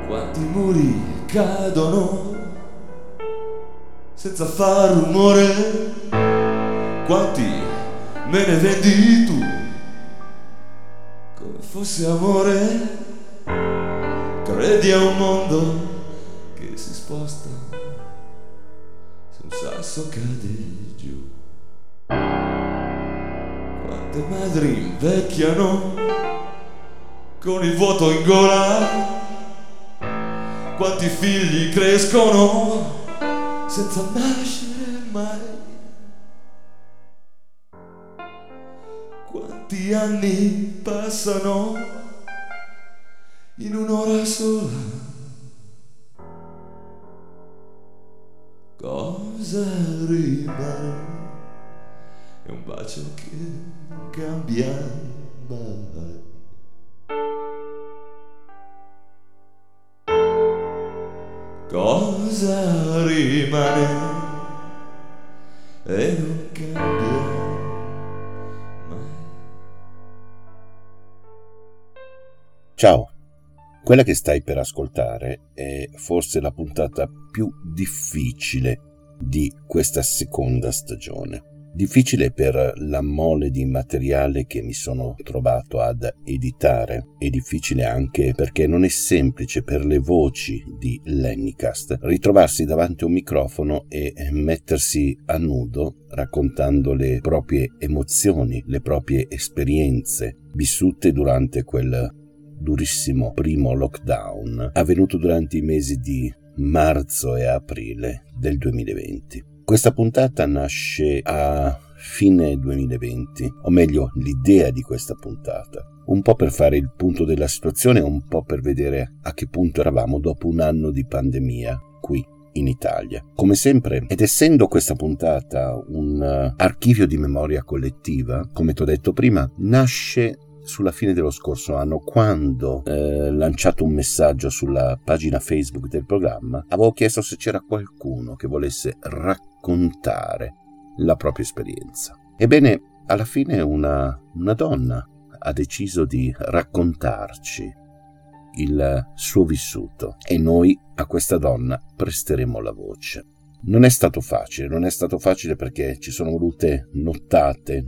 Quanti muri cadono senza far rumore, quanti me ne vendi tu come fosse amore. Credi a un mondo che si sposta se un sasso cade giù. Quante madri invecchiano con il vuoto in gola, quanti figli crescono senza nascere mai. Quanti anni passano in un'ora sola. Cosa rimane? È un bacio che non cambia mai. Cosa rimane e non cambia mai. Ciao, quella che stai per ascoltare è forse la puntata più difficile di questa seconda stagione. Difficile per la mole di materiale che mi sono trovato ad editare e difficile anche perché non è semplice per le voci di Lennycast ritrovarsi davanti a un microfono e mettersi a nudo raccontando le proprie emozioni, le proprie esperienze vissute durante quel durissimo primo lockdown avvenuto durante i mesi di marzo e aprile del 2020. Questa puntata nasce a fine 2020, o meglio l'idea di questa puntata, un po' per fare il punto della situazione, un po' per vedere a che punto eravamo dopo un anno di pandemia qui in Italia. Come sempre, ed essendo questa puntata un archivio di memoria collettiva, come ti ho detto prima, nasce sulla fine dello scorso anno, quando lanciato un messaggio sulla pagina Facebook del programma, avevo chiesto se c'era qualcuno che volesse raccontare la propria esperienza. Ebbene, alla fine una donna ha deciso di raccontarci il suo vissuto e noi a questa donna presteremo la voce. Non è stato facile perché ci sono volute nottate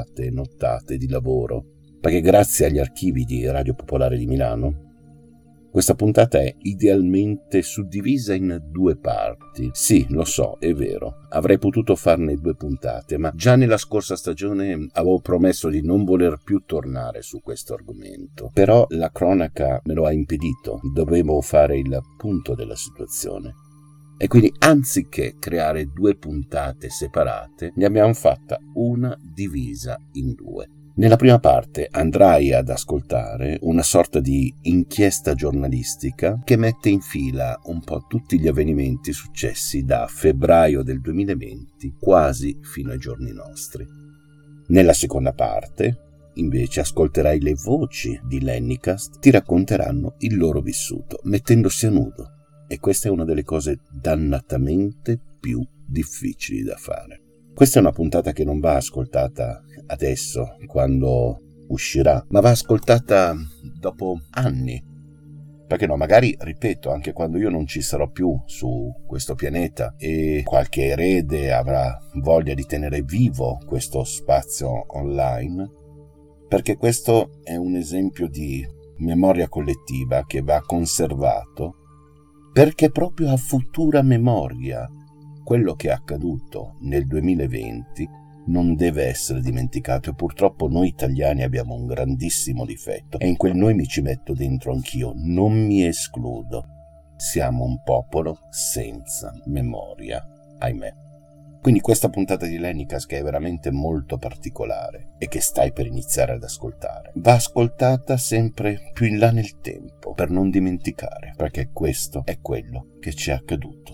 di lavoro, perché grazie agli archivi di Radio Popolare di Milano questa puntata è idealmente suddivisa in 2 parti. Sì, lo so, è vero, avrei potuto farne 2 puntate, ma già nella scorsa stagione avevo promesso di non voler più tornare su questo argomento. Però la cronaca me lo ha impedito, dovevo fare il punto della situazione. E quindi anziché creare 2 puntate separate, ne abbiamo fatta una divisa in 2. Nella prima parte andrai ad ascoltare una sorta di inchiesta giornalistica che mette in fila un po' tutti gli avvenimenti successi da febbraio del 2020 quasi fino ai giorni nostri. Nella seconda parte, invece, ascolterai le voci di Lennycast, ti racconteranno il loro vissuto, mettendosi a nudo. E questa è una delle cose dannatamente più difficili da fare. Questa è una puntata che non va ascoltata adesso, quando uscirà, ma va ascoltata dopo anni. Perché no, magari, ripeto, anche quando io non ci sarò più su questo pianeta e qualche erede avrà voglia di tenere vivo questo spazio online, perché questo è un esempio di memoria collettiva che va conservato, perché proprio a futura memoria quello che è accaduto nel 2020 non deve essere dimenticato e purtroppo noi italiani abbiamo un grandissimo difetto e in quel noi mi ci metto dentro anch'io, non mi escludo. Siamo un popolo senza memoria, ahimè. Quindi questa puntata di Lennycast, che è veramente molto particolare e che stai per iniziare ad ascoltare, va ascoltata sempre più in là nel tempo per non dimenticare, perché questo è quello che ci è accaduto.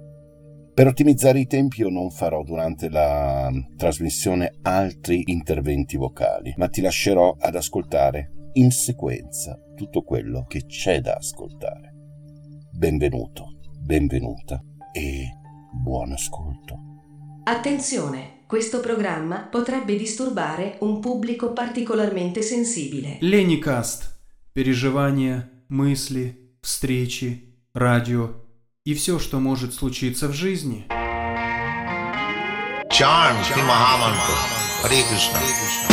Per ottimizzare i tempi io non farò durante la trasmissione altri interventi vocali, ma ti lascerò ad ascoltare in sequenza tutto quello che c'è da ascoltare. Benvenuto, benvenuta e buon ascolto. Attenzione, questo programma potrebbe disturbare un pubblico particolarmente sensibile. Lennycast. Переживания, мысли встречи, радио и все, что может случиться в жизни. Charms Shri Mahamantra. Hare Krishna.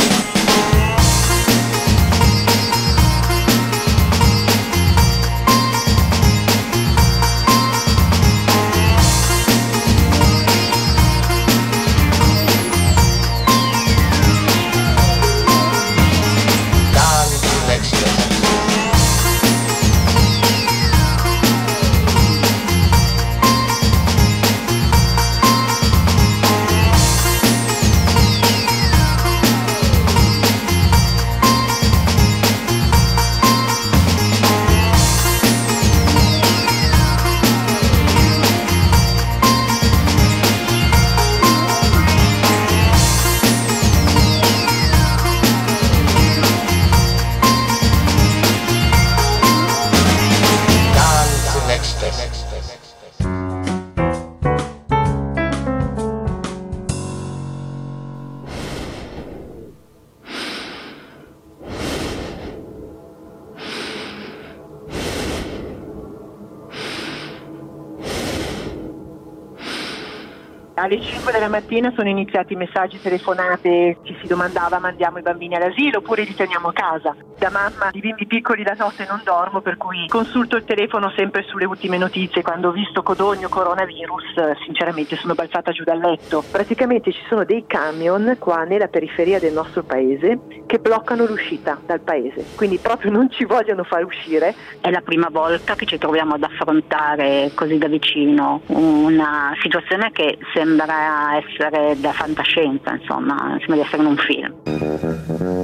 Alle 5 della mattina sono iniziati messaggi, telefonate, ci si domandava: mandiamo i bambini all'asilo oppure li teniamo a casa? Da mamma di bimbi piccoli la notte non dormo, per cui consulto il telefono sempre sulle ultime notizie. Quando ho visto Codogno coronavirus, sinceramente sono balzata giù dal letto. Praticamente ci sono dei camion qua nella periferia del nostro paese che bloccano l'uscita dal paese, quindi proprio non ci vogliono far uscire. È la prima volta che ci troviamo ad affrontare così da vicino una situazione che sembra essere da fantascienza, insomma, sembra di essere in un film.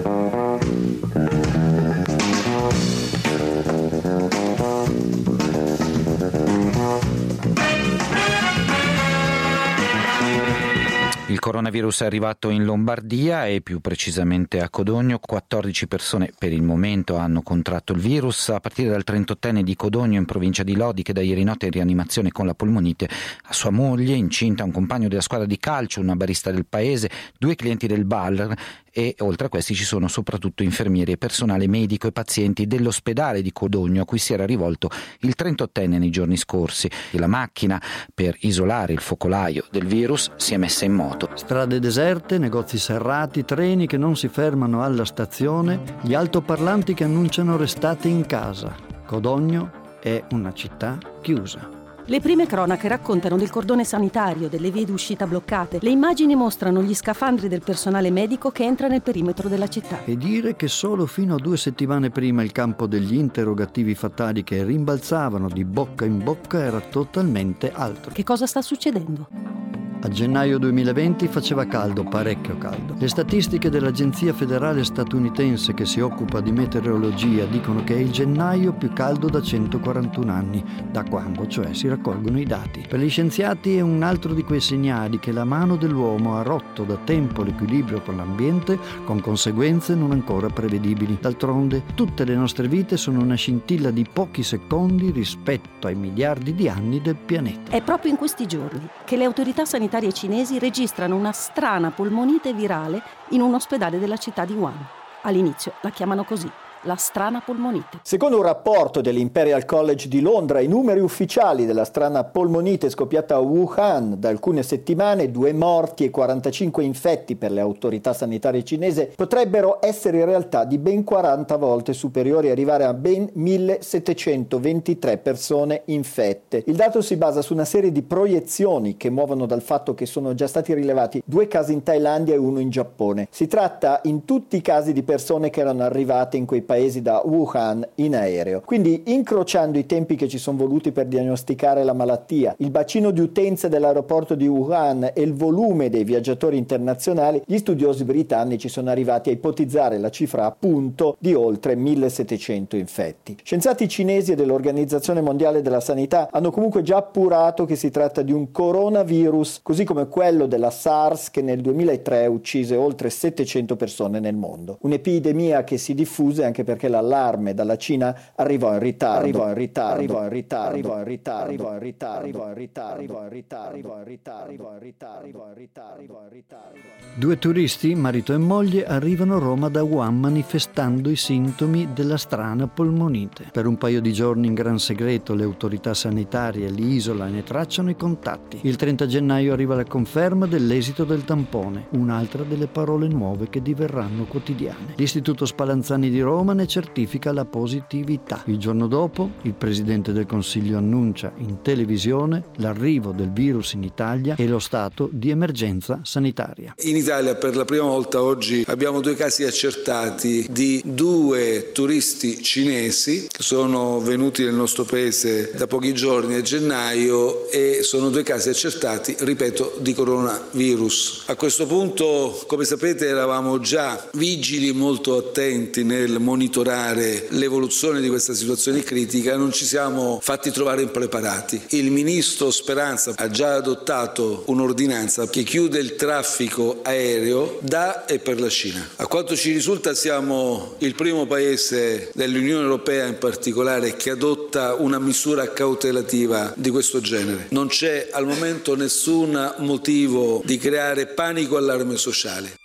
Il coronavirus è arrivato in Lombardia e più precisamente a Codogno. 14 persone per il momento hanno contratto il virus, a partire dal 38enne di Codogno in provincia di Lodi, che da ieri notte è in rianimazione con la polmonite, a sua moglie incinta, un compagno della squadra di calcio, una barista del paese, 2 clienti del bar, e oltre a questi ci sono soprattutto infermieri e personale medico e pazienti dell'ospedale di Codogno, a cui si era rivolto il 38enne nei giorni scorsi. E la macchina per isolare il focolaio del virus si è messa in moto. Strade deserte, negozi serrati, treni che non si fermano alla stazione, gli altoparlanti che annunciano restate in casa. Codogno è una città chiusa. Le prime cronache raccontano del cordone sanitario, delle vie d'uscita bloccate. Le immagini mostrano gli scafandri del personale medico che entra nel perimetro della città. E dire che solo fino a 2 settimane prima il campo degli interrogativi fatali che rimbalzavano di bocca in bocca era totalmente altro. Che cosa sta succedendo? A gennaio 2020 faceva caldo, parecchio caldo. Le statistiche dell'Agenzia federale statunitense che si occupa di meteorologia dicono che è il gennaio più caldo da 141 anni, da quando cioè si raccolgono i dati. Per gli scienziati è un altro di quei segnali che la mano dell'uomo ha rotto da tempo l'equilibrio con l'ambiente, con conseguenze non ancora prevedibili. D'altronde, tutte le nostre vite sono una scintilla di pochi secondi rispetto ai miliardi di anni del pianeta. È proprio in questi giorni che le autorità sanitarie cinesi registrano una strana polmonite virale in un ospedale della città di Wuhan. All'inizio la chiamano così, la strana polmonite. Secondo un rapporto dell'Imperial College di Londra, i numeri ufficiali della strana polmonite scoppiata a Wuhan da alcune settimane, 2 morti e 45 infetti per le autorità sanitarie cinesi, potrebbero essere in realtà di ben 40 volte superiori e arrivare a ben 1723 persone infette. Il dato si basa su una serie di proiezioni che muovono dal fatto che sono già stati rilevati 2 casi in Thailandia e 1 in Giappone. Si tratta in tutti i casi di persone che erano arrivate in quei paesi da Wuhan in aereo. Quindi, incrociando i tempi che ci sono voluti per diagnosticare la malattia, il bacino di utenza dell'aeroporto di Wuhan e il volume dei viaggiatori internazionali, gli studiosi britannici sono arrivati a ipotizzare la cifra appunto di oltre 1700 infetti. Scienziati cinesi e dell'Organizzazione Mondiale della Sanità hanno comunque già appurato che si tratta di un coronavirus, così come quello della SARS che nel 2003 uccise oltre 700 persone nel mondo. Un'epidemia che si diffuse anche anche perché l'allarme dalla Cina arrivò in ritardo. Due turisti, marito e moglie, arrivano a Roma da Wuhan manifestando i sintomi della strana polmonite. Per un paio di giorni in gran segreto le autorità sanitarie li isolano e tracciano i contatti. Il 30 gennaio arriva la conferma dell'esito del tampone, un'altra delle parole nuove che diverranno quotidiane. L'Istituto Spallanzani di Roma ne certifica la positività. Il giorno dopo il Presidente del Consiglio annuncia in televisione l'arrivo del virus in Italia e lo stato di emergenza sanitaria. In Italia per la prima volta oggi abbiamo 2 casi accertati di 2 turisti cinesi che sono venuti nel nostro paese da pochi giorni a gennaio e sono 2 casi accertati, ripeto, di coronavirus. A questo punto, come sapete, eravamo già vigili, molto attenti nel monitorare l'evoluzione di questa situazione critica, non ci siamo fatti trovare impreparati. Il ministro Speranza ha già adottato un'ordinanza che chiude il traffico aereo da e per la Cina. A quanto ci risulta siamo il primo paese dell'Unione Europea in particolare che adotta una misura cautelativa di questo genere. Non c'è al momento nessun motivo di creare panico e allarme sociale.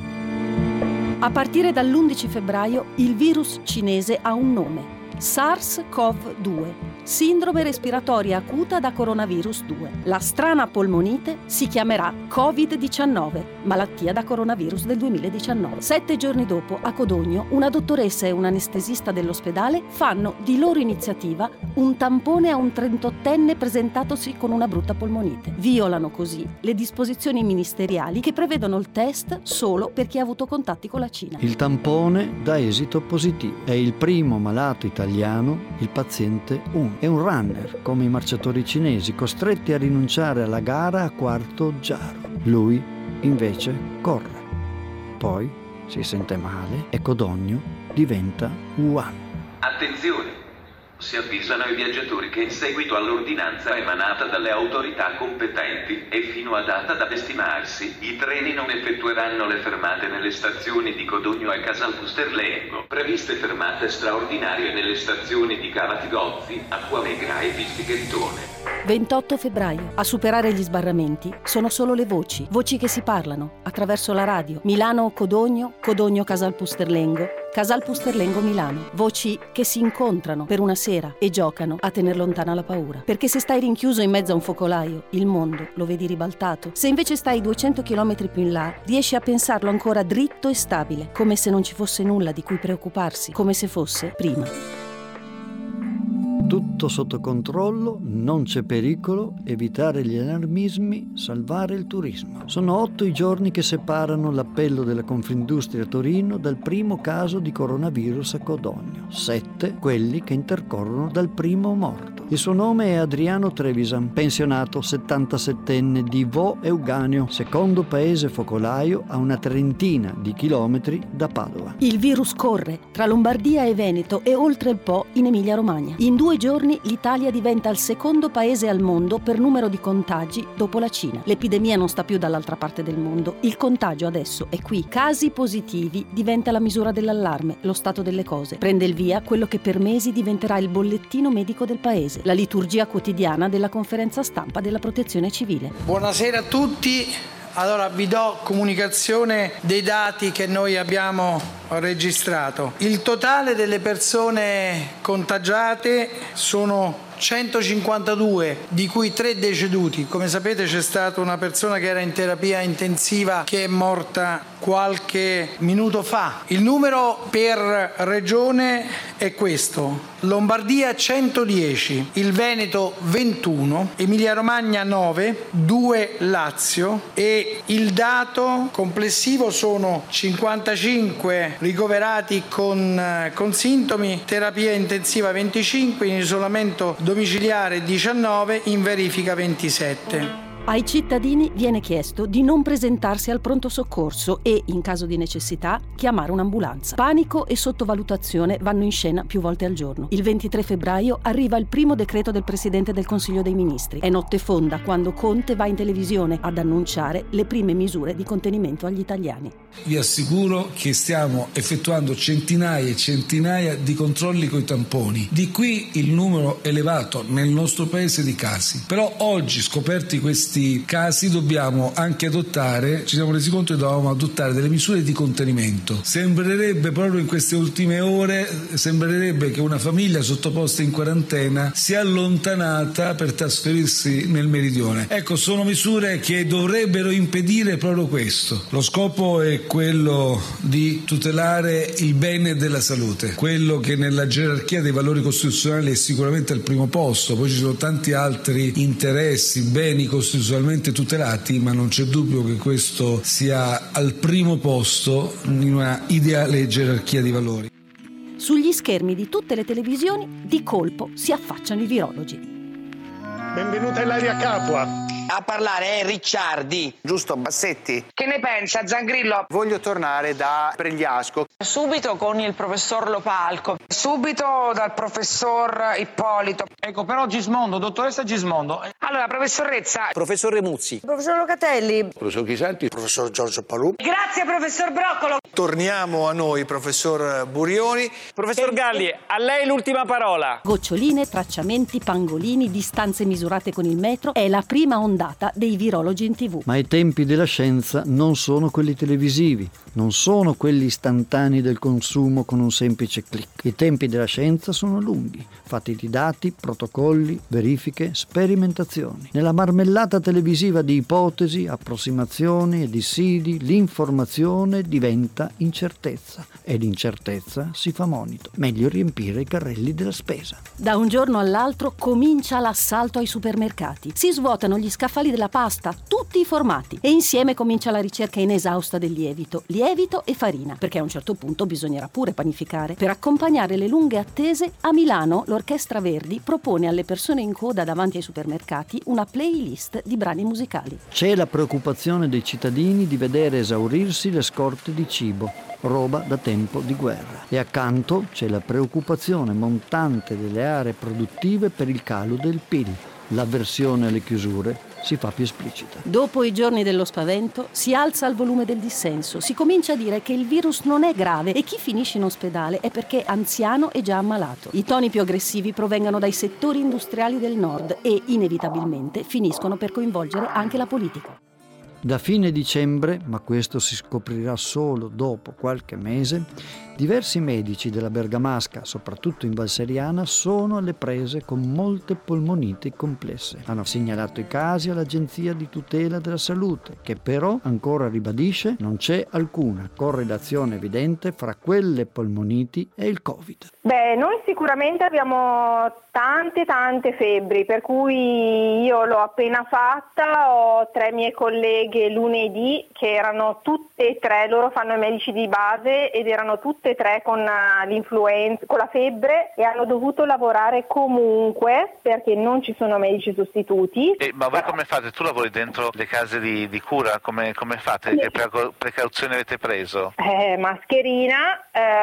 A partire dall'11 febbraio il virus cinese ha un nome: SARS-CoV-2, sindrome respiratoria acuta da coronavirus 2. La strana polmonite si chiamerà Covid-19, malattia da coronavirus del 2019. 7 giorni dopo, a Codogno, una dottoressa e un anestesista dell'ospedale fanno di loro iniziativa un tampone a un 38enne presentatosi con una brutta polmonite. Violano così le disposizioni ministeriali che prevedono il test solo per chi ha avuto contatti con la Cina. Il tampone dà esito positivo. È il primo malato italiano, il paziente 1. È un runner, come i marciatori cinesi, costretti a rinunciare alla gara a quarto giaro. Lui, invece, corre. Poi si sente male e Codogno diventa Wuhan. Attenzione! Si avvisano i viaggiatori che in seguito all'ordinanza emanata dalle autorità competenti e fino a data da stimarsi, i treni non effettueranno le fermate nelle stazioni di Codogno e Casalpusterlengo. Previste fermate straordinarie nelle stazioni di Cavatigozzi, Acquavegra e Pistighettone. 28 febbraio. A superare gli sbarramenti sono solo le voci che si parlano attraverso la radio. Milano-Codogno, Codogno-Casalpusterlengo, Casalpusterlengo-Milano. Voci che si incontrano per una sera e giocano a tener lontana la paura. Perché se stai rinchiuso in mezzo a un focolaio, il mondo lo vedi ribaltato. Se invece stai 200 km più in là, riesci a pensarlo ancora dritto e stabile, come se non ci fosse nulla di cui preoccuparsi, come se fosse prima. Tutto sotto controllo, non c'è pericolo, evitare gli allarmismi, salvare il turismo. Sono 8 i giorni che separano l'appello della Confindustria Torino dal primo caso di coronavirus a Codogno. 7 quelli che intercorrono dal primo morto. Il suo nome è Adriano Trevisan, pensionato 77enne di Vo Euganeo, secondo paese focolaio a una trentina di chilometri da Padova. Il virus corre tra Lombardia e Veneto e oltre il Po in Emilia-Romagna. In 2 giorni l'Italia diventa il secondo paese al mondo per numero di contagi dopo la Cina. L'epidemia non sta più dall'altra parte del mondo, il contagio adesso è qui. Casi positivi diventa la misura dell'allarme, lo stato delle cose. Prende il via quello che per mesi diventerà il bollettino medico del paese, la liturgia quotidiana della conferenza stampa della Protezione Civile. Buonasera a tutti. Allora vi do comunicazione dei dati che noi abbiamo registrato. Il totale delle persone contagiate sono 152, di cui 3 deceduti. Come sapete c'è stata una persona che era in terapia intensiva che è morta qualche minuto fa. Il numero per regione è questo: Lombardia 110, il Veneto 21, Emilia Romagna 9, 2 Lazio e il dato complessivo sono 55 ricoverati con sintomi, terapia intensiva 25, in isolamento domiciliare 19, in verifica 27. Ai cittadini viene chiesto di non presentarsi al pronto soccorso e, in caso di necessità, chiamare un'ambulanza. Panico e sottovalutazione vanno in scena più volte al giorno. Il 23 febbraio arriva il primo decreto del Presidente del Consiglio dei Ministri. È notte fonda quando Conte va in televisione ad annunciare le prime misure di contenimento agli italiani. Vi assicuro che stiamo effettuando centinaia e centinaia di controlli coi tamponi. Di qui il numero elevato nel nostro paese di casi. Però oggi, scoperti questi casi, dobbiamo anche adottare, ci siamo resi conto che dovevamo adottare delle misure di contenimento. Sembrerebbe proprio in queste ultime ore, sembrerebbe che una famiglia sottoposta in quarantena sia allontanata per trasferirsi nel meridione. Ecco, sono misure che dovrebbero impedire proprio questo. Lo scopo è quello di tutelare il bene della salute, quello che nella gerarchia dei valori costituzionali è sicuramente al primo posto. Poi ci sono tanti altri interessi, beni costituzionalmente tutelati, ma non c'è dubbio che questo sia al primo posto in una ideale gerarchia di valori. Sugli schermi di tutte le televisioni, di colpo, si affacciano i virologi. Benvenuta Ilaria Capua. A parlare è Ricciardi, giusto Bassetti? Che ne pensa Zangrillo? Voglio tornare da Pregliasco. Subito con il professor Lopalco, subito dal professor Ippolito. Ecco, però Gismondo, dottoressa Gismondo. Allora, professor Rezza. Professor Remuzzi. Professor Locatelli. Professor Chisanti. Professor Giorgio Palù. Grazie professor Broccolo. Torniamo a noi, professor Burioni. Professor Galli, a lei l'ultima parola. Goccioline, tracciamenti, pangolini, distanze misurate con il metro, è la prima ondata dei virologi in TV. Ma i tempi della scienza non sono quelli televisivi, non sono quelli istantanei del consumo con un semplice click. I tempi della scienza sono lunghi, fatti di dati, protocolli, verifiche, sperimentazioni. Nella marmellata televisiva di ipotesi, approssimazioni e dissidi, l'informazione diventa incertezza e l'incertezza si fa monito. Meglio riempire i carrelli della spesa. Da un giorno all'altro comincia l'assalto ai supermercati. Si svuotano gli scaffali della pasta, tutti i formati, e insieme comincia la ricerca inesausta del lievito e farina, perché a un certo punto bisognerà pure panificare. Per accompagnare le lunghe attese, a Milano l'Orchestra Verdi propone alle persone in coda davanti ai supermercati una playlist di brani musicali. C'è la preoccupazione dei cittadini di vedere esaurirsi le scorte di cibo, roba da tempo di guerra. E accanto c'è la preoccupazione montante delle aree produttive per il calo del PIL. L'avversione alle chiusure si fa più esplicita. Dopo i giorni dello spavento si alza il volume del dissenso, si comincia a dire che il virus non è grave e chi finisce in ospedale è perché anziano e già ammalato. I toni più aggressivi provengono dai settori industriali del nord e inevitabilmente finiscono per coinvolgere anche la politica. Da fine dicembre, ma questo si scoprirà solo dopo qualche mese, diversi medici della Bergamasca, soprattutto in Valseriana, sono alle prese con molte polmoniti complesse. Hanno segnalato i casi all'Agenzia di tutela della salute, che però ancora ribadisce non c'è alcuna correlazione evidente fra quelle polmoniti e il Covid. Beh, noi sicuramente abbiamo tante febbri, per cui io l'ho appena fatta, ho 3 mie colleghe lunedì che erano tutte e 3, loro fanno i medici di base ed erano tutte e 3 con l'influenza, con la febbre, e hanno dovuto lavorare comunque perché non ci sono medici sostituti. Ma voi come fate? Tu lavori dentro le case di cura, come fate? Che precauzioni avete preso? Mascherina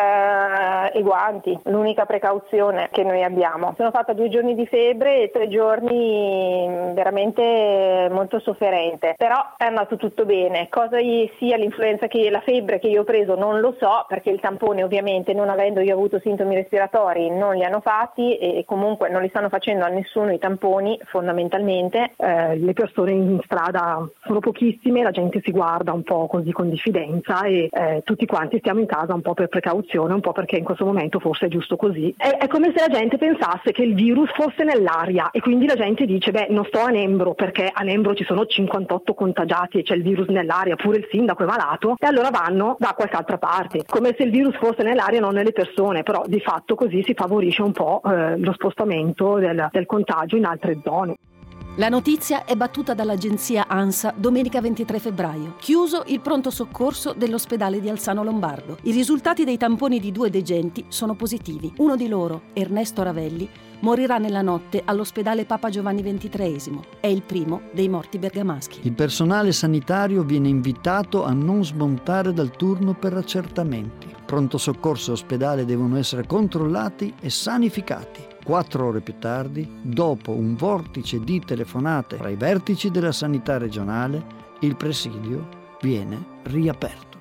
e guanti, l'unica precauzione che noi abbiamo. Sono fatta 2 giorni di febbre e 3 giorni veramente molto sofferente, però è andato tutto bene. Cosa sia l'influenza che la febbre che io ho preso non lo so, perché il tampone ovviamente, non avendo io avuto sintomi respiratori, non li hanno fatti e comunque non li stanno facendo a nessuno i tamponi fondamentalmente. Le persone in strada sono pochissime, la gente si guarda un po' così con diffidenza e tutti quanti stiamo in casa un po' per precauzione, un po' perché in questo momento forse è giusto così. È come se la gente pensasse che il virus fosse nell'aria e quindi la gente dice non sto a Nembro perché a Nembro ci sono 58 contagiati e c'è il virus nell'aria, pure il sindaco è malato, e allora vanno da qualche altra parte, come se il virus fosse nell'aria, non nelle persone. Però di fatto così si favorisce un po' lo spostamento del contagio in altre zone. La notizia è battuta dall'agenzia ANSA domenica 23 febbraio. Chiuso il pronto soccorso dell'ospedale di Alzano Lombardo. I risultati dei tamponi di 2 degenti sono positivi. Uno di loro, Ernesto Ravelli, morirà nella notte all'ospedale Papa Giovanni XXIII. È il primo dei morti bergamaschi. Il personale sanitario viene invitato a non smontare dal turno per accertamenti. Pronto soccorso e ospedale devono essere controllati e sanificati. 4 ore più tardi, dopo un vortice di telefonate tra i vertici della sanità regionale, il presidio viene riaperto.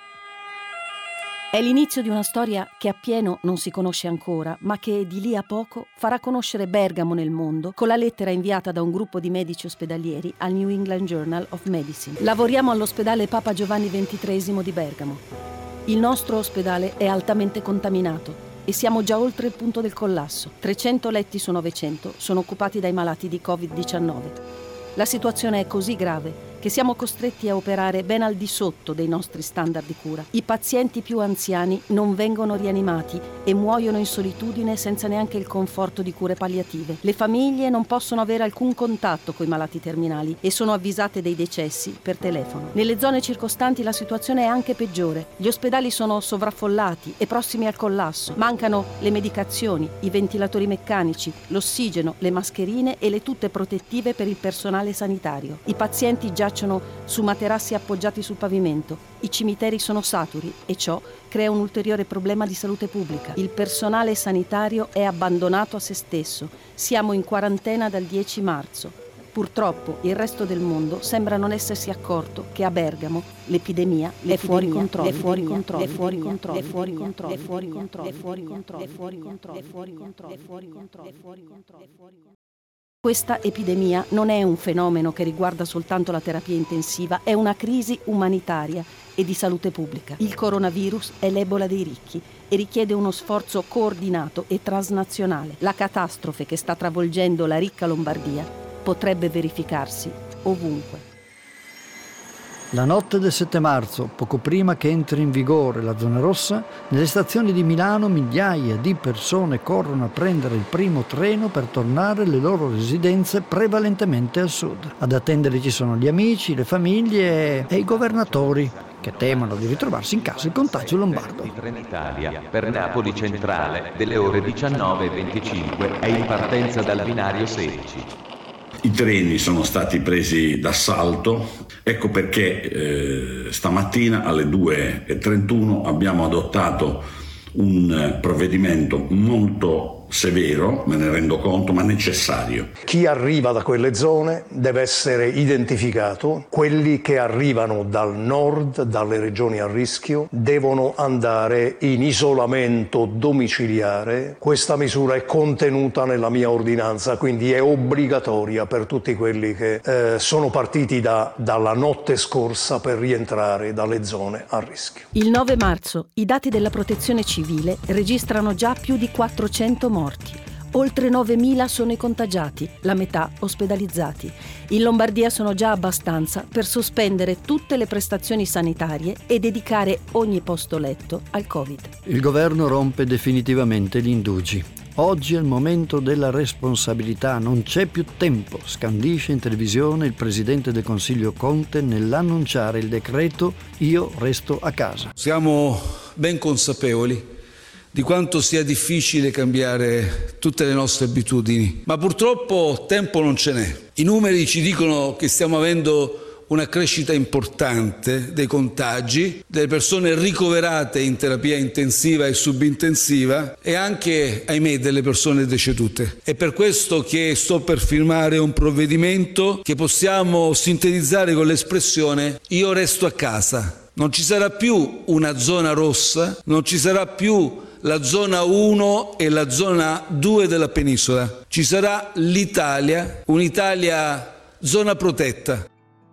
È l'inizio di una storia che appieno non si conosce ancora, ma che di lì a poco farà conoscere Bergamo nel mondo con la lettera inviata da un gruppo di medici ospedalieri al New England Journal of Medicine. Lavoriamo all'ospedale Papa Giovanni XXIII di Bergamo. Il nostro ospedale è altamente contaminato e siamo già oltre il punto del collasso. 300 letti su 900 sono occupati dai malati di Covid-19. La situazione è così grave che siamo costretti a operare ben al di sotto dei nostri standard di cura. I pazienti più anziani non vengono rianimati e muoiono in solitudine senza neanche il conforto di cure palliative. Le famiglie non possono avere alcun contatto con i malati terminali e sono avvisate dei decessi per telefono. Nelle zone circostanti la situazione è anche peggiore. Gli ospedali sono sovraffollati e prossimi al collasso. Mancano le medicazioni, i ventilatori meccanici, l'ossigeno, le mascherine e le tute protettive per il personale sanitario. I pazienti giacciono su materassi appoggiati sul pavimento. I cimiteri sono saturi e ciò crea un ulteriore problema di salute pubblica. Il personale sanitario è abbandonato a se stesso. Siamo in quarantena dal 10 marzo. Purtroppo il resto del mondo sembra non essersi accorto che a Bergamo l'epidemia è fuori controllo. È fuori controllo. È fuori controllo. È fuori controllo. È fuori controllo. È fuori controllo. È fuori controllo. È fuori controllo. È fuori controllo. È fuori controllo. Questa epidemia non è un fenomeno che riguarda soltanto la terapia intensiva, è una crisi umanitaria e di salute pubblica. Il coronavirus è l'Ebola dei ricchi e richiede uno sforzo coordinato e transnazionale. La catastrofe che sta travolgendo la ricca Lombardia potrebbe verificarsi ovunque. La notte del 7 marzo, poco prima che entri in vigore la zona rossa, nelle stazioni di Milano migliaia di persone corrono a prendere il primo treno per tornare alle loro residenze prevalentemente al sud. Ad attendere ci sono gli amici, le famiglie e i governatori che temono di ritrovarsi in casa il contagio lombardo. Di Trenitalia per Napoli Centrale delle ore 19:25 è in partenza dal binario 16. I treni sono stati presi d'assalto, ecco perché stamattina alle 2:31 abbiamo adottato un provvedimento molto severo, me ne rendo conto, ma necessario. Chi arriva da quelle zone deve essere identificato, quelli che arrivano dal nord, dalle regioni a rischio, devono andare in isolamento domiciliare. Questa misura è contenuta nella mia ordinanza, quindi è obbligatoria per tutti quelli che sono partiti dalla notte scorsa per rientrare dalle zone a rischio. Il 9 marzo i dati della Protezione Civile registrano già più di 400 morti. Oltre 9.000 sono i contagiati, la metà ospedalizzati. In Lombardia sono già abbastanza per sospendere tutte le prestazioni sanitarie e dedicare ogni posto letto al Covid. Il governo rompe definitivamente gli indugi. Oggi è il momento della responsabilità, non c'è più tempo, scandisce in televisione il presidente del Consiglio Conte nell'annunciare il decreto Io resto a casa. Siamo ben consapevoli di quanto sia difficile cambiare tutte le nostre abitudini, ma purtroppo tempo non ce n'è. I numeri ci dicono che stiamo avendo una crescita importante dei contagi, delle persone ricoverate in terapia intensiva e subintensiva e anche, ahimè, delle persone decedute. È per questo che sto per firmare un provvedimento che possiamo sintetizzare con l'espressione "io resto a casa". Non ci sarà più una zona rossa, non ci sarà più la zona 1 e la zona 2 della penisola. Ci sarà l'Italia, un'Italia zona protetta.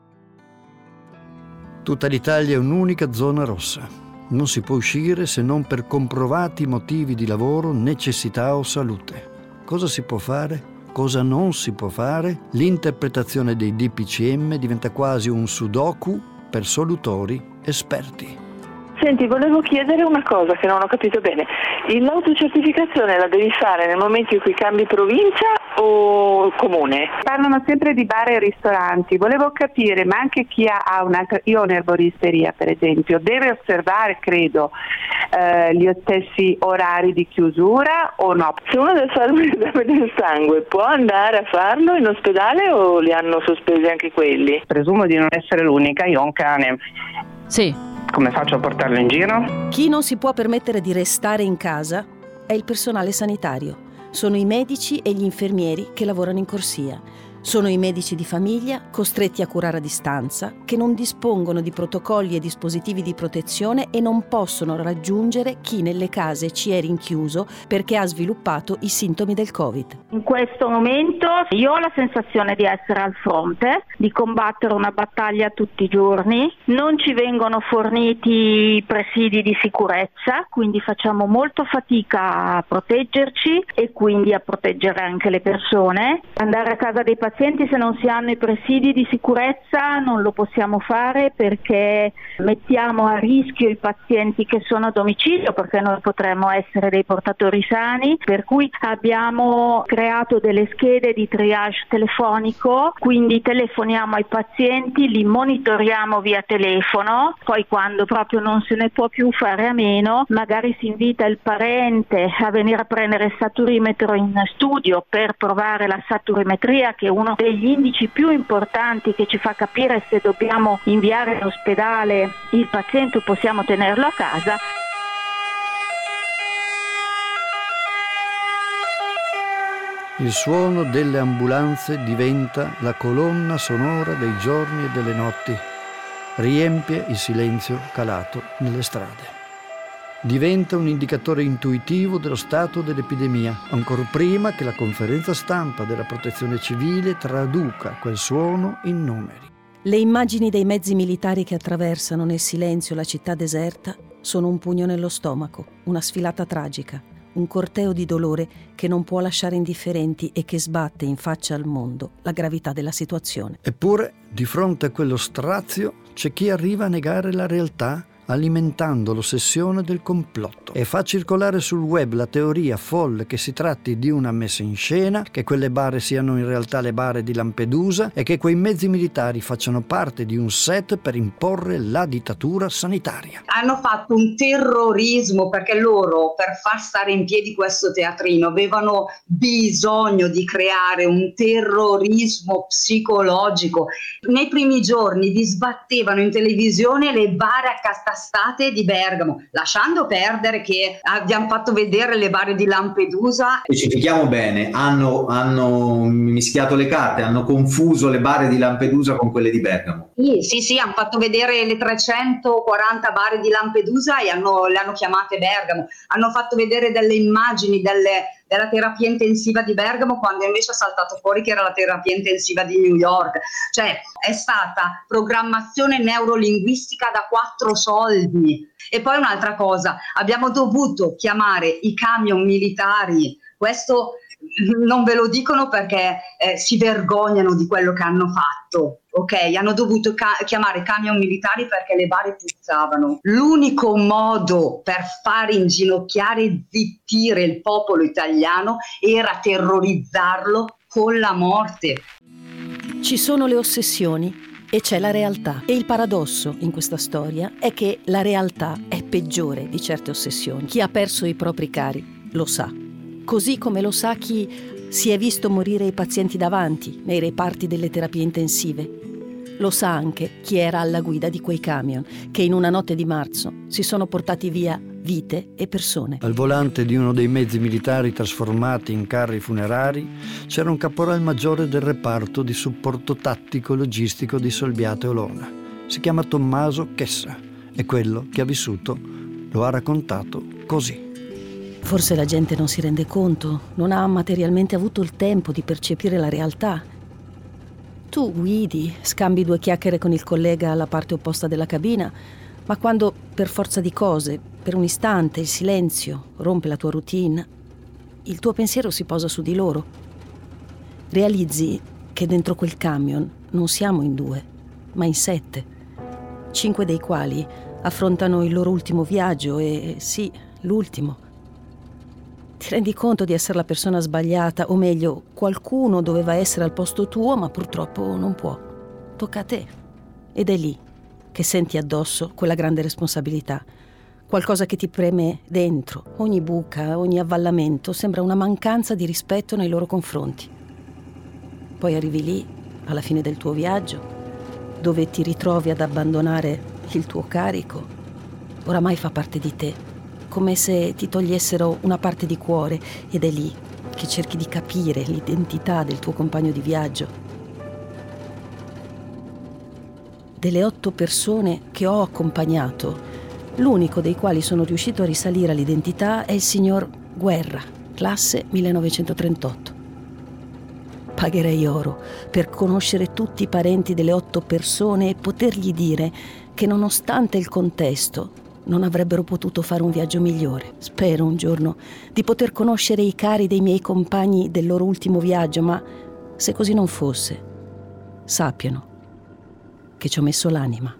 Tutta l'Italia è un'unica zona rossa. Non si può uscire se non per comprovati motivi di lavoro, necessità o salute. Cosa si può fare? Cosa non si può fare? L'interpretazione dei DPCM diventa quasi un sudoku per solutori esperti. Senti, volevo chiedere una cosa che non ho capito bene. L'autocertificazione la devi fare nel momento in cui cambi provincia o comune? Parlano sempre di bar e ristoranti, volevo capire, ma anche chi ha un'altra, io ho un'erboristeria per esempio, deve osservare, credo, gli stessi orari di chiusura o no? Se uno deve fare un esame del sangue, può andare a farlo in ospedale o li hanno sospesi anche quelli? Presumo di non essere l'unica, io ho un cane. Sì. Come faccio a portarlo in giro? Chi non si può permettere di restare in casa è il personale sanitario. Sono i medici e gli infermieri che lavorano in corsia. Sono i medici di famiglia, costretti a curare a distanza, che non dispongono di protocolli e dispositivi di protezione e non possono raggiungere chi nelle case ci è rinchiuso perché ha sviluppato i sintomi del Covid. In questo momento io ho la sensazione di essere al fronte, di combattere una battaglia tutti i giorni. Non ci vengono forniti presidi di sicurezza, quindi facciamo molto fatica a proteggerci e quindi a proteggere anche le persone. Andare a casa dei pazienti se non si hanno i presidi di sicurezza non lo possiamo fare perché mettiamo a rischio i pazienti che sono a domicilio, perché noi potremmo essere dei portatori sani, per cui abbiamo creato delle schede di triage telefonico, quindi telefoniamo ai pazienti, li monitoriamo via telefono, poi quando proprio non se ne può più fare a meno, magari si invita il parente a venire a prendere il saturimetro in studio per provare la saturimetria, che è uno degli indici più importanti che ci fa capire se dobbiamo inviare in ospedale il paziente o possiamo tenerlo a casa. Il suono delle ambulanze diventa la colonna sonora dei giorni e delle notti. Riempie il silenzio calato nelle strade. Diventa un indicatore intuitivo dello stato dell'epidemia, ancor prima che la conferenza stampa della Protezione Civile traduca quel suono in numeri. Le immagini dei mezzi militari che attraversano nel silenzio la città deserta sono un pugno nello stomaco, una sfilata tragica, un corteo di dolore che non può lasciare indifferenti e che sbatte in faccia al mondo la gravità della situazione. Eppure, di fronte a quello strazio, c'è chi arriva a negare la realtà alimentando l'ossessione del complotto e fa circolare sul web la teoria folle che si tratti di una messa in scena, che quelle bare siano in realtà le bare di Lampedusa e che quei mezzi militari facciano parte di un set per imporre la dittatura sanitaria. Hanno fatto un terrorismo perché loro, per far stare in piedi questo teatrino, avevano bisogno di creare un terrorismo psicologico. Nei primi giorni vi sbattevano in televisione le bare accatastate di Bergamo, lasciando perdere che abbiamo fatto vedere le bare di Lampedusa. Specifichiamo bene, hanno mischiato le carte, hanno confuso le bare di Lampedusa con quelle di Bergamo. Sì, hanno fatto vedere le 340 bare di Lampedusa e le hanno chiamate Bergamo. Hanno fatto vedere delle immagini della terapia intensiva di Bergamo, quando invece è saltato fuori che era la terapia intensiva di New York. Cioè, è stata programmazione neurolinguistica da 4 soldi. E poi un'altra cosa, abbiamo dovuto chiamare i camion militari. Questo non ve lo dicono perché si vergognano di quello che hanno fatto. Ok, hanno dovuto chiamare camion militari perché le bare puzzavano. L'unico modo per far inginocchiare e zittire il popolo italiano era terrorizzarlo con la morte. Ci sono le ossessioni e c'è la realtà. E il paradosso in questa storia è che la realtà è peggiore di certe ossessioni. Chi ha perso i propri cari lo sa. Così come lo sa chi si è visto morire i pazienti davanti nei reparti delle terapie intensive. Lo sa anche chi era alla guida di quei camion che in una notte di marzo si sono portati via vite e persone. Al volante di uno dei mezzi militari trasformati in carri funerari c'era un caporal maggiore del reparto di supporto tattico logistico di Solbiate Olona. Si chiama Tommaso Chessa e quello che ha vissuto lo ha raccontato così. Forse la gente non si rende conto, non ha materialmente avuto il tempo di percepire la realtà. Tu guidi, scambi 2 chiacchiere con il collega alla parte opposta della cabina, ma quando, per forza di cose, per un istante il silenzio rompe la tua routine, il tuo pensiero si posa su di loro. Realizzi che dentro quel camion non siamo in 2, ma in 7, 5 dei quali affrontano il loro ultimo viaggio e, sì, l'ultimo. Ti rendi conto di essere la persona sbagliata, o meglio, qualcuno doveva essere al posto tuo, ma purtroppo non può. Tocca a te. Ed è lì che senti addosso quella grande responsabilità. Qualcosa che ti preme dentro. Ogni buca, ogni avvallamento sembra una mancanza di rispetto nei loro confronti. Poi arrivi lì, alla fine del tuo viaggio, dove ti ritrovi ad abbandonare il tuo carico. Oramai fa parte di te, come se ti togliessero una parte di cuore, ed è lì che cerchi di capire l'identità del tuo compagno di viaggio. Delle 8 persone che ho accompagnato, l'unico dei quali sono riuscito a risalire all'identità è il signor Guerra, classe 1938. Pagherei oro per conoscere tutti i parenti delle 8 persone e potergli dire che, nonostante il contesto, non avrebbero potuto fare un viaggio migliore. Spero un giorno di poter conoscere i cari dei miei compagni del loro ultimo viaggio, ma se così non fosse, sappiano che ci ho messo l'anima.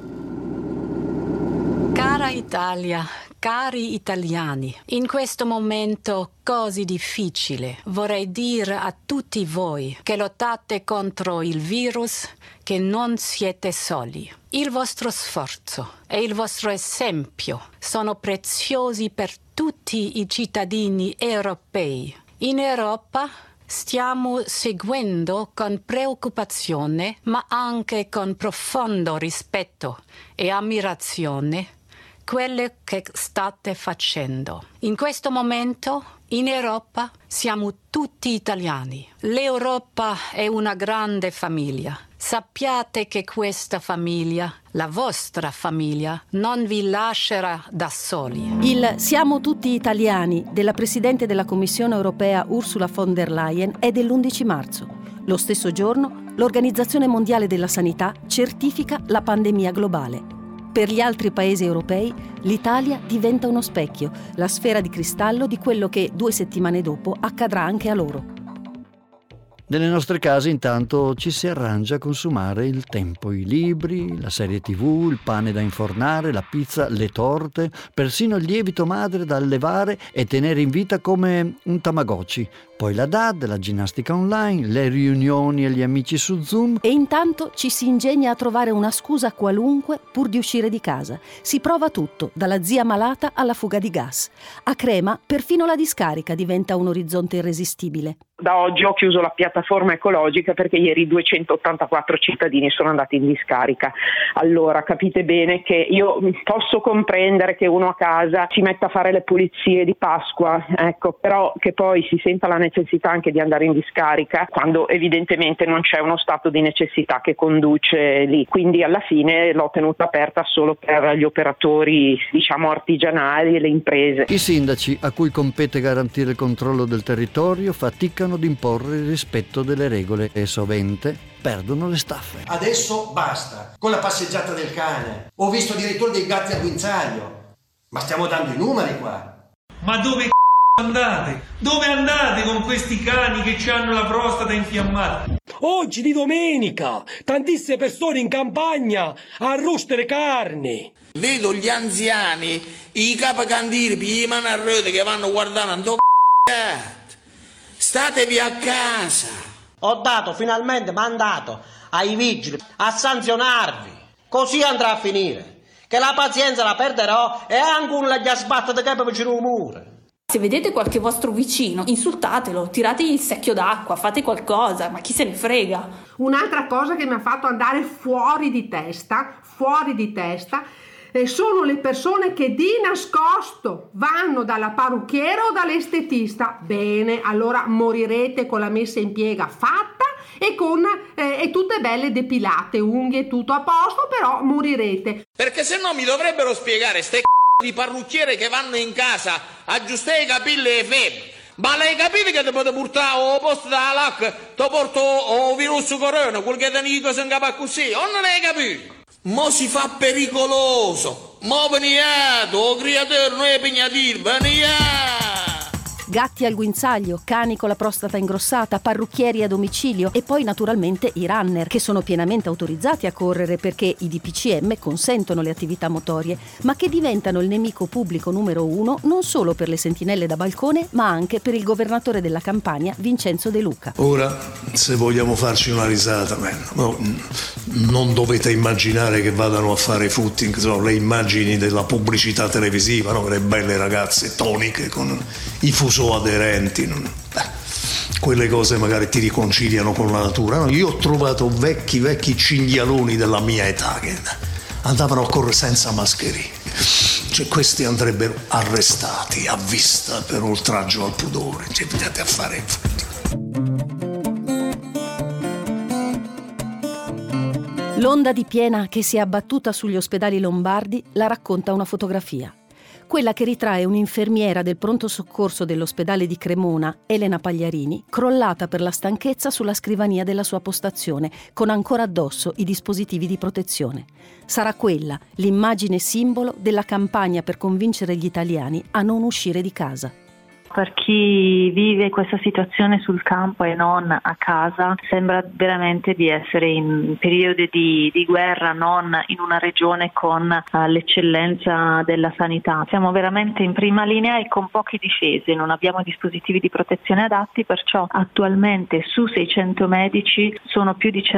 Cara Italia, cari italiani, in questo momento così difficile vorrei dire a tutti voi che lottate contro il virus che non siete soli. Il vostro sforzo e il vostro esempio sono preziosi per tutti i cittadini europei. In Europa stiamo seguendo con preoccupazione, ma anche con profondo rispetto e ammirazione, quello che state facendo. In questo momento, in Europa, siamo tutti italiani. L'Europa è una grande famiglia. Sappiate che questa famiglia, la vostra famiglia, non vi lascerà da soli. Il Siamo tutti italiani della Presidente della Commissione europea Ursula von der Leyen è dell'11 marzo. Lo stesso giorno, l'Organizzazione Mondiale della Sanità certifica la pandemia globale. Per gli altri paesi europei, l'Italia diventa uno specchio, la sfera di cristallo di quello che 2 settimane dopo accadrà anche a loro. Nelle nostre case intanto ci si arrangia a consumare il tempo, i libri, la serie TV, il pane da infornare, la pizza, le torte, persino il lievito madre da allevare e tenere in vita come un Tamagotchi. Poi la DAD, la ginnastica online, le riunioni e gli amici su Zoom. E intanto ci si ingegna a trovare una scusa qualunque pur di uscire di casa. Si prova tutto, dalla zia malata alla fuga di gas. A Crema perfino la discarica diventa un orizzonte irresistibile. Da oggi ho chiuso la piattaforma ecologica perché ieri 284 cittadini sono andati in discarica. Allora capite bene che io posso comprendere che uno a casa si metta a fare le pulizie di Pasqua, ecco, però che poi si senta la necessità anche di andare in discarica quando evidentemente non c'è uno stato di necessità che conduce lì. Quindi alla fine l'ho tenuta aperta solo per gli operatori, diciamo, artigianali e le imprese. I sindaci, a cui compete garantire il controllo del territorio, faticano di imporre il rispetto delle regole e sovente perdono le staffe. Adesso basta, con la passeggiata del cane. Ho visto addirittura dei gatti a guinzaglio. Ma stiamo dando i numeri qua. Ma dove andate? Dove andate con questi cani che hanno la prostata infiammata? Oggi di domenica, tantissime persone in campagna a roostere carne. Vedo gli anziani, i capacandiri, i mani a rete che vanno guardando Statevi a casa. Ho dato finalmente mandato ai vigili a sanzionarvi. Così andrà a finire. Che la pazienza la perderò e anche uno gli sbatte da capo vicino al muro. Se vedete qualche vostro vicino, insultatelo, tirategli il secchio d'acqua, fate qualcosa, ma chi se ne frega. Un'altra cosa che mi ha fatto andare fuori di testa, sono le persone che di nascosto vanno dalla parrucchiera o dall'estetista. Bene, allora morirete con la messa in piega fatta e con tutte belle depilate, unghie, tutto a posto, però morirete. Perché se no mi dovrebbero spiegare ste di parrucchiere che vanno in casa a aggiustare i capelli e febbre. Ma lei capite che ti potete portare al posto della LAC, ti porto il virus corona, quel che te ne dico se incapa così, o non hai capito? Mo si fa pericoloso, mo veniate, o creatore non è impegnativo, veniate! gatti al guinzaglio, cani con la prostata ingrossata, parrucchieri a domicilio e poi naturalmente i runner, che sono pienamente autorizzati a correre perché i DPCM consentono le attività motorie, ma che diventano il nemico pubblico numero 1 non solo per le sentinelle da balcone, ma anche per il governatore della Campania, Vincenzo De Luca. Ora, se vogliamo farci una risata, non dovete immaginare che vadano a fare footing, le immagini della pubblicità televisiva, no? Le belle ragazze toniche con i fuso aderenti, quelle cose magari ti riconciliano con la natura, no? Io ho trovato vecchi cinghialoni della mia età che andavano a correre senza mascherine, cioè questi andrebbero arrestati a vista per oltraggio al pudore, cioè andate a fare il footing. L'onda di piena che si è abbattuta sugli ospedali lombardi la racconta una fotografia. Quella che ritrae un'infermiera del pronto soccorso dell'ospedale di Cremona, Elena Pagliarini, crollata per la stanchezza sulla scrivania della sua postazione, con ancora addosso i dispositivi di protezione. Sarà quella l'immagine simbolo della campagna per convincere gli italiani a non uscire di casa. Per chi vive questa situazione sul campo e non a casa, sembra veramente di essere in periodi di guerra, non in una regione con l'eccellenza della sanità. Siamo veramente in prima linea e con pochi difesi, non abbiamo dispositivi di protezione adatti, perciò attualmente su 600 medici sono più di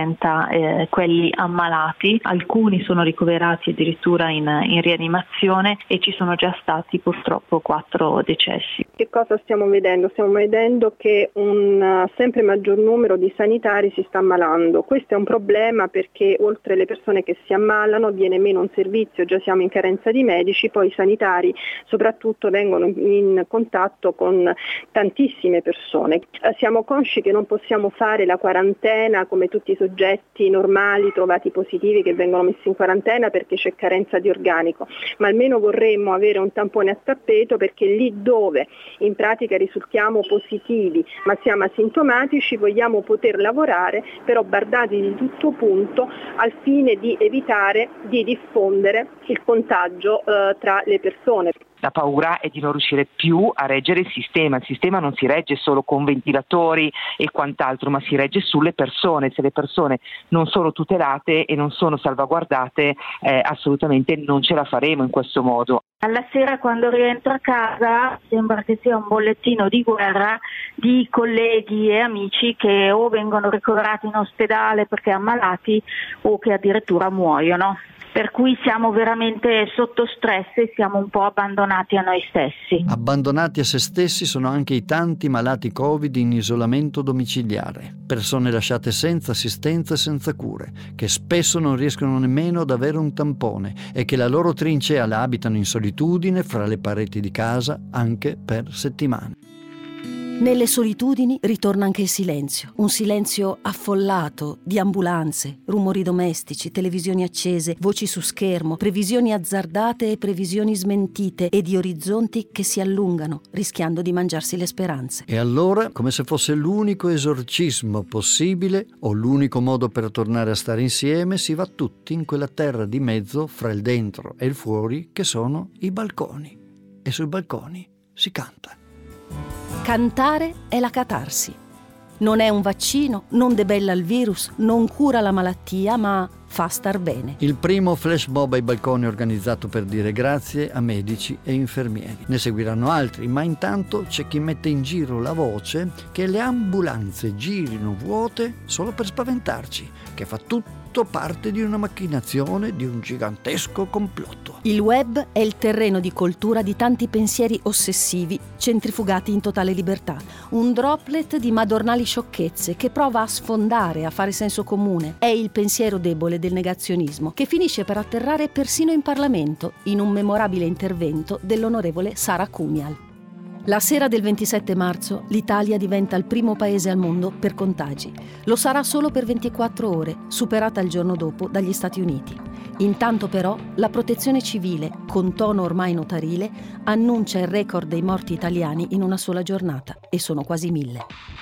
130 quelli ammalati, alcuni sono ricoverati addirittura in rianimazione e ci sono già stati purtroppo 4 decessi. Che cosa stiamo vedendo? Stiamo vedendo che un sempre maggior numero di sanitari si sta ammalando. Questo è un problema perché oltre alle persone che si ammalano viene meno un servizio, già siamo in carenza di medici, poi i sanitari soprattutto vengono in contatto con tantissime persone. Siamo consci che non possiamo fare la quarantena come tutti i soggetti normali trovati positivi che vengono messi in quarantena perché c'è carenza di organico, ma almeno vorremmo avere un tampone a tappeto perché lì dove in pratica risultiamo positivi ma siamo asintomatici vogliamo poter lavorare però bardati di tutto punto al fine di evitare di diffondere il contagio tra le persone. La paura è di non riuscire più a reggere il sistema non si regge solo con ventilatori e quant'altro, ma si regge sulle persone. Se le persone non sono tutelate e non sono salvaguardate, assolutamente non ce la faremo in questo modo. Alla sera quando rientro a casa sembra che sia un bollettino di guerra di colleghi e amici che o vengono ricoverati in ospedale perché ammalati o che addirittura muoiono. Per cui siamo veramente sotto stress e siamo un po' abbandonati a noi stessi. Abbandonati a se stessi sono anche i tanti malati Covid in isolamento domiciliare, persone lasciate senza assistenza e senza cure, che spesso non riescono nemmeno ad avere un tampone e che la loro trincea la abitano in solitudine fra le pareti di casa anche per settimane. Nelle solitudini ritorna anche il silenzio, un silenzio affollato di ambulanze, rumori domestici, televisioni accese, voci su schermo, previsioni azzardate e previsioni smentite e di orizzonti che si allungano, rischiando di mangiarsi le speranze. E allora, come se fosse l'unico esorcismo possibile o l'unico modo per tornare a stare insieme, si va tutti in quella terra di mezzo fra il dentro e il fuori che sono i balconi. E sui balconi si canta. Cantare è la catarsi. Non è un vaccino, non debella il virus, non cura la malattia, ma fa star bene. Il primo flash mob ai balconi organizzato per dire grazie a medici e infermieri. Ne seguiranno altri, ma intanto c'è chi mette in giro la voce che le ambulanze girino vuote solo per spaventarci, che fa tutto parte di una macchinazione, di un gigantesco complotto. Il web è il terreno di coltura di tanti pensieri ossessivi centrifugati in totale libertà. Un droplet di madornali sciocchezze che prova a sfondare, a fare senso comune. È il pensiero debole del negazionismo che finisce per atterrare persino in Parlamento in un memorabile intervento dell'onorevole Sara Cumial. La sera del 27 marzo l'Italia diventa il primo paese al mondo per contagi. Lo sarà solo per 24 ore, superata il giorno dopo dagli Stati Uniti. Intanto però la Protezione Civile, con tono ormai notarile, annuncia il record dei morti italiani in una sola giornata, e sono quasi 1000.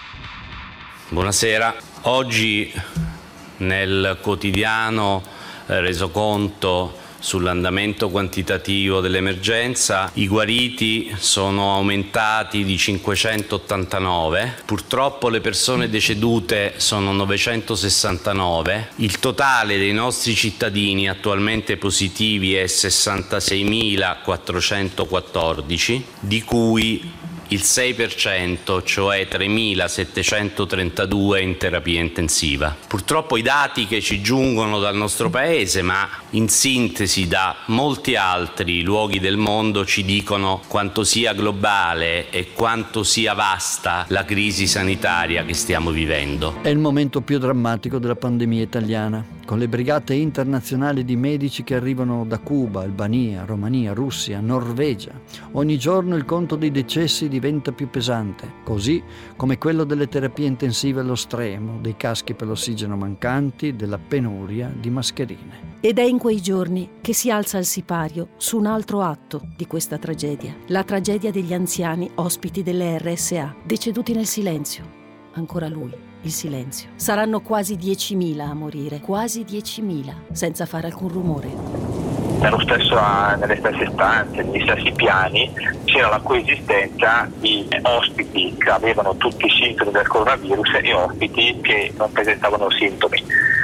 Buonasera. Oggi nel quotidiano resoconto sull'andamento quantitativo dell'emergenza. I guariti sono aumentati di 589, purtroppo le persone decedute sono 969, il totale dei nostri cittadini attualmente positivi è 66.414, di cui il 6%, cioè 3.732 in terapia intensiva. Purtroppo i dati che ci giungono dal nostro paese, ma in sintesi da molti altri luoghi del mondo, ci dicono quanto sia globale e quanto sia vasta la crisi sanitaria che stiamo vivendo. È il momento più drammatico della pandemia italiana, con le brigate internazionali di medici che arrivano da Cuba, Albania, Romania, Russia, Norvegia. Ogni giorno il conto dei decessi diventa più pesante, così come quello delle terapie intensive allo stremo, dei caschi per l'ossigeno mancanti, della penuria di mascherine. Ed è in quei giorni che si alza il sipario su un altro atto di questa tragedia, la tragedia degli anziani ospiti delle RSA, deceduti nel silenzio. Ancora lui, il silenzio. Saranno quasi 10.000 a morire, quasi 10.000, senza fare alcun rumore. Nelle stesse stanze, negli stessi piani, c'era la coesistenza di ospiti che avevano tutti i sintomi del coronavirus e ospiti che non presentavano sintomi.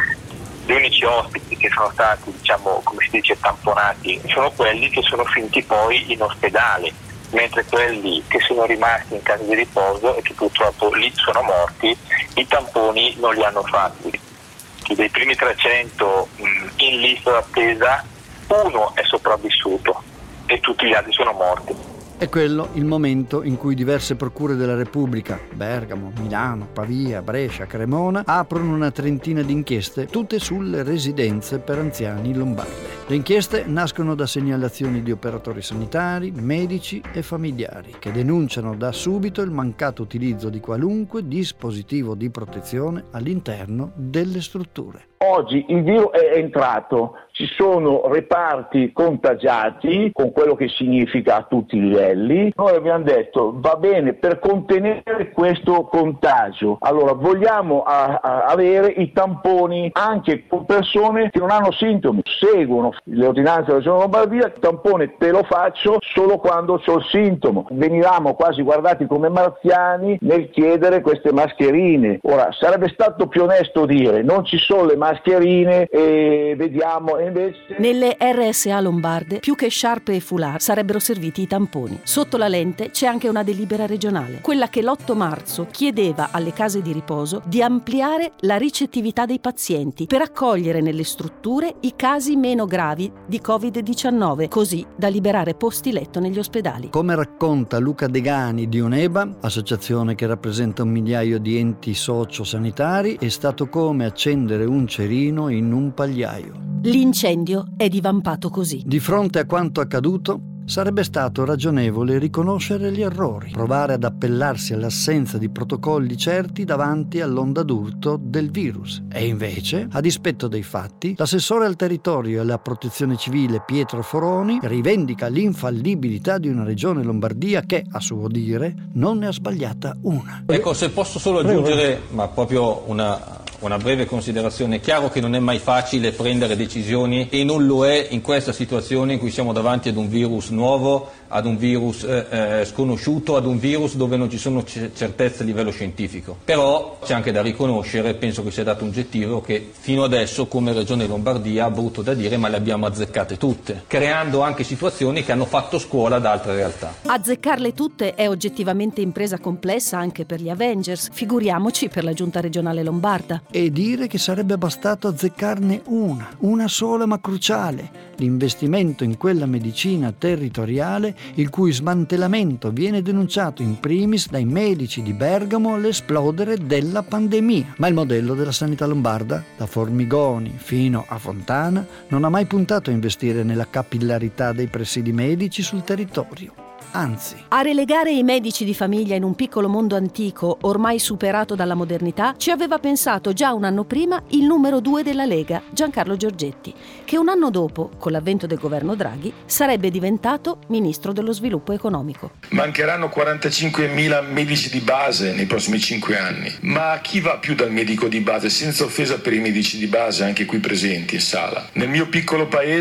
Gli unici ospiti che sono stati, come si dice, tamponati sono quelli che sono finiti poi in ospedale, mentre quelli che sono rimasti in casa di riposo e che purtroppo lì sono morti, i tamponi non li hanno fatti. Dei primi 300 in lista d'attesa, uno è sopravvissuto e tutti gli altri sono morti. È quello il momento in cui diverse procure della Repubblica, Bergamo, Milano, Pavia, Brescia, Cremona, aprono una trentina di inchieste, tutte sulle residenze per anziani lombarde. Le inchieste nascono da segnalazioni di operatori sanitari, medici e familiari, che denunciano da subito il mancato utilizzo di qualunque dispositivo di protezione all'interno delle strutture. Oggi il virus è entrato, ci sono reparti contagiati, con quello che significa a tutti i livelli. Noi abbiamo detto, va bene, per contenere questo contagio, allora vogliamo avere i tamponi anche con persone che non hanno sintomi. Seguono le ordinanze della Regione Lombardia, il tampone te lo faccio solo quando ho il sintomo. Venivamo quasi guardati come marziani nel chiedere queste mascherine. Ora, sarebbe stato più onesto dire, non ci sono le mascherine e vediamo, e invece... Nelle RSA lombarde, più che sciarpe e foulard, sarebbero serviti i tamponi. Sotto la lente c'è anche una delibera regionale, quella che l'8 marzo chiedeva alle case di riposo di ampliare la ricettività dei pazienti per accogliere nelle strutture i casi meno gravi di Covid-19, così da liberare posti letto negli ospedali. Come racconta Luca Degani di Uneba, associazione che rappresenta 1 migliaio di enti socio-sanitari, è stato come accendere un cerino in un pagliaio. L'incendio è divampato così. Di fronte a quanto accaduto, sarebbe stato ragionevole riconoscere gli errori, provare ad appellarsi all'assenza di protocolli certi davanti all'onda d'urto del virus. E invece, a dispetto dei fatti, l'assessore al territorio e alla protezione civile Pietro Foroni rivendica l'infallibilità di una regione Lombardia che, a suo dire, non ne ha sbagliata una. Ecco, se posso solo aggiungere, ma proprio una breve considerazione. È chiaro che non è mai facile prendere decisioni e non lo è in questa situazione in cui siamo davanti ad un virus nuovo, ad un virus sconosciuto, ad un virus dove non ci sono certezze a livello scientifico. Però c'è anche da riconoscere, penso che sia dato un oggettivo, che fino adesso come Regione Lombardia, brutto da dire, ma le abbiamo azzeccate tutte, creando anche situazioni che hanno fatto scuola ad altre realtà. Azzeccarle tutte è oggettivamente impresa complessa anche per gli Avengers, figuriamoci per la Giunta regionale lombarda. E dire che sarebbe bastato azzeccarne una sola ma cruciale, l'investimento in quella medicina territoriale il cui smantellamento viene denunciato in primis dai medici di Bergamo all'esplodere della pandemia. Ma il modello della sanità lombarda, da Formigoni fino a Fontana, non ha mai puntato a investire nella capillarità dei presidi medici sul territorio. Anzi, a relegare i medici di famiglia in un piccolo mondo antico ormai superato dalla modernità ci aveva pensato già un anno prima il numero 2 della Lega, Giancarlo Giorgetti, che un anno dopo, con l'avvento del governo Draghi, sarebbe diventato ministro dello sviluppo economico. Mancheranno 45.000 medici di base nei prossimi 5 anni, ma chi va più dal medico di base, senza offesa per i medici di base anche qui presenti in sala? Nel mio piccolo paese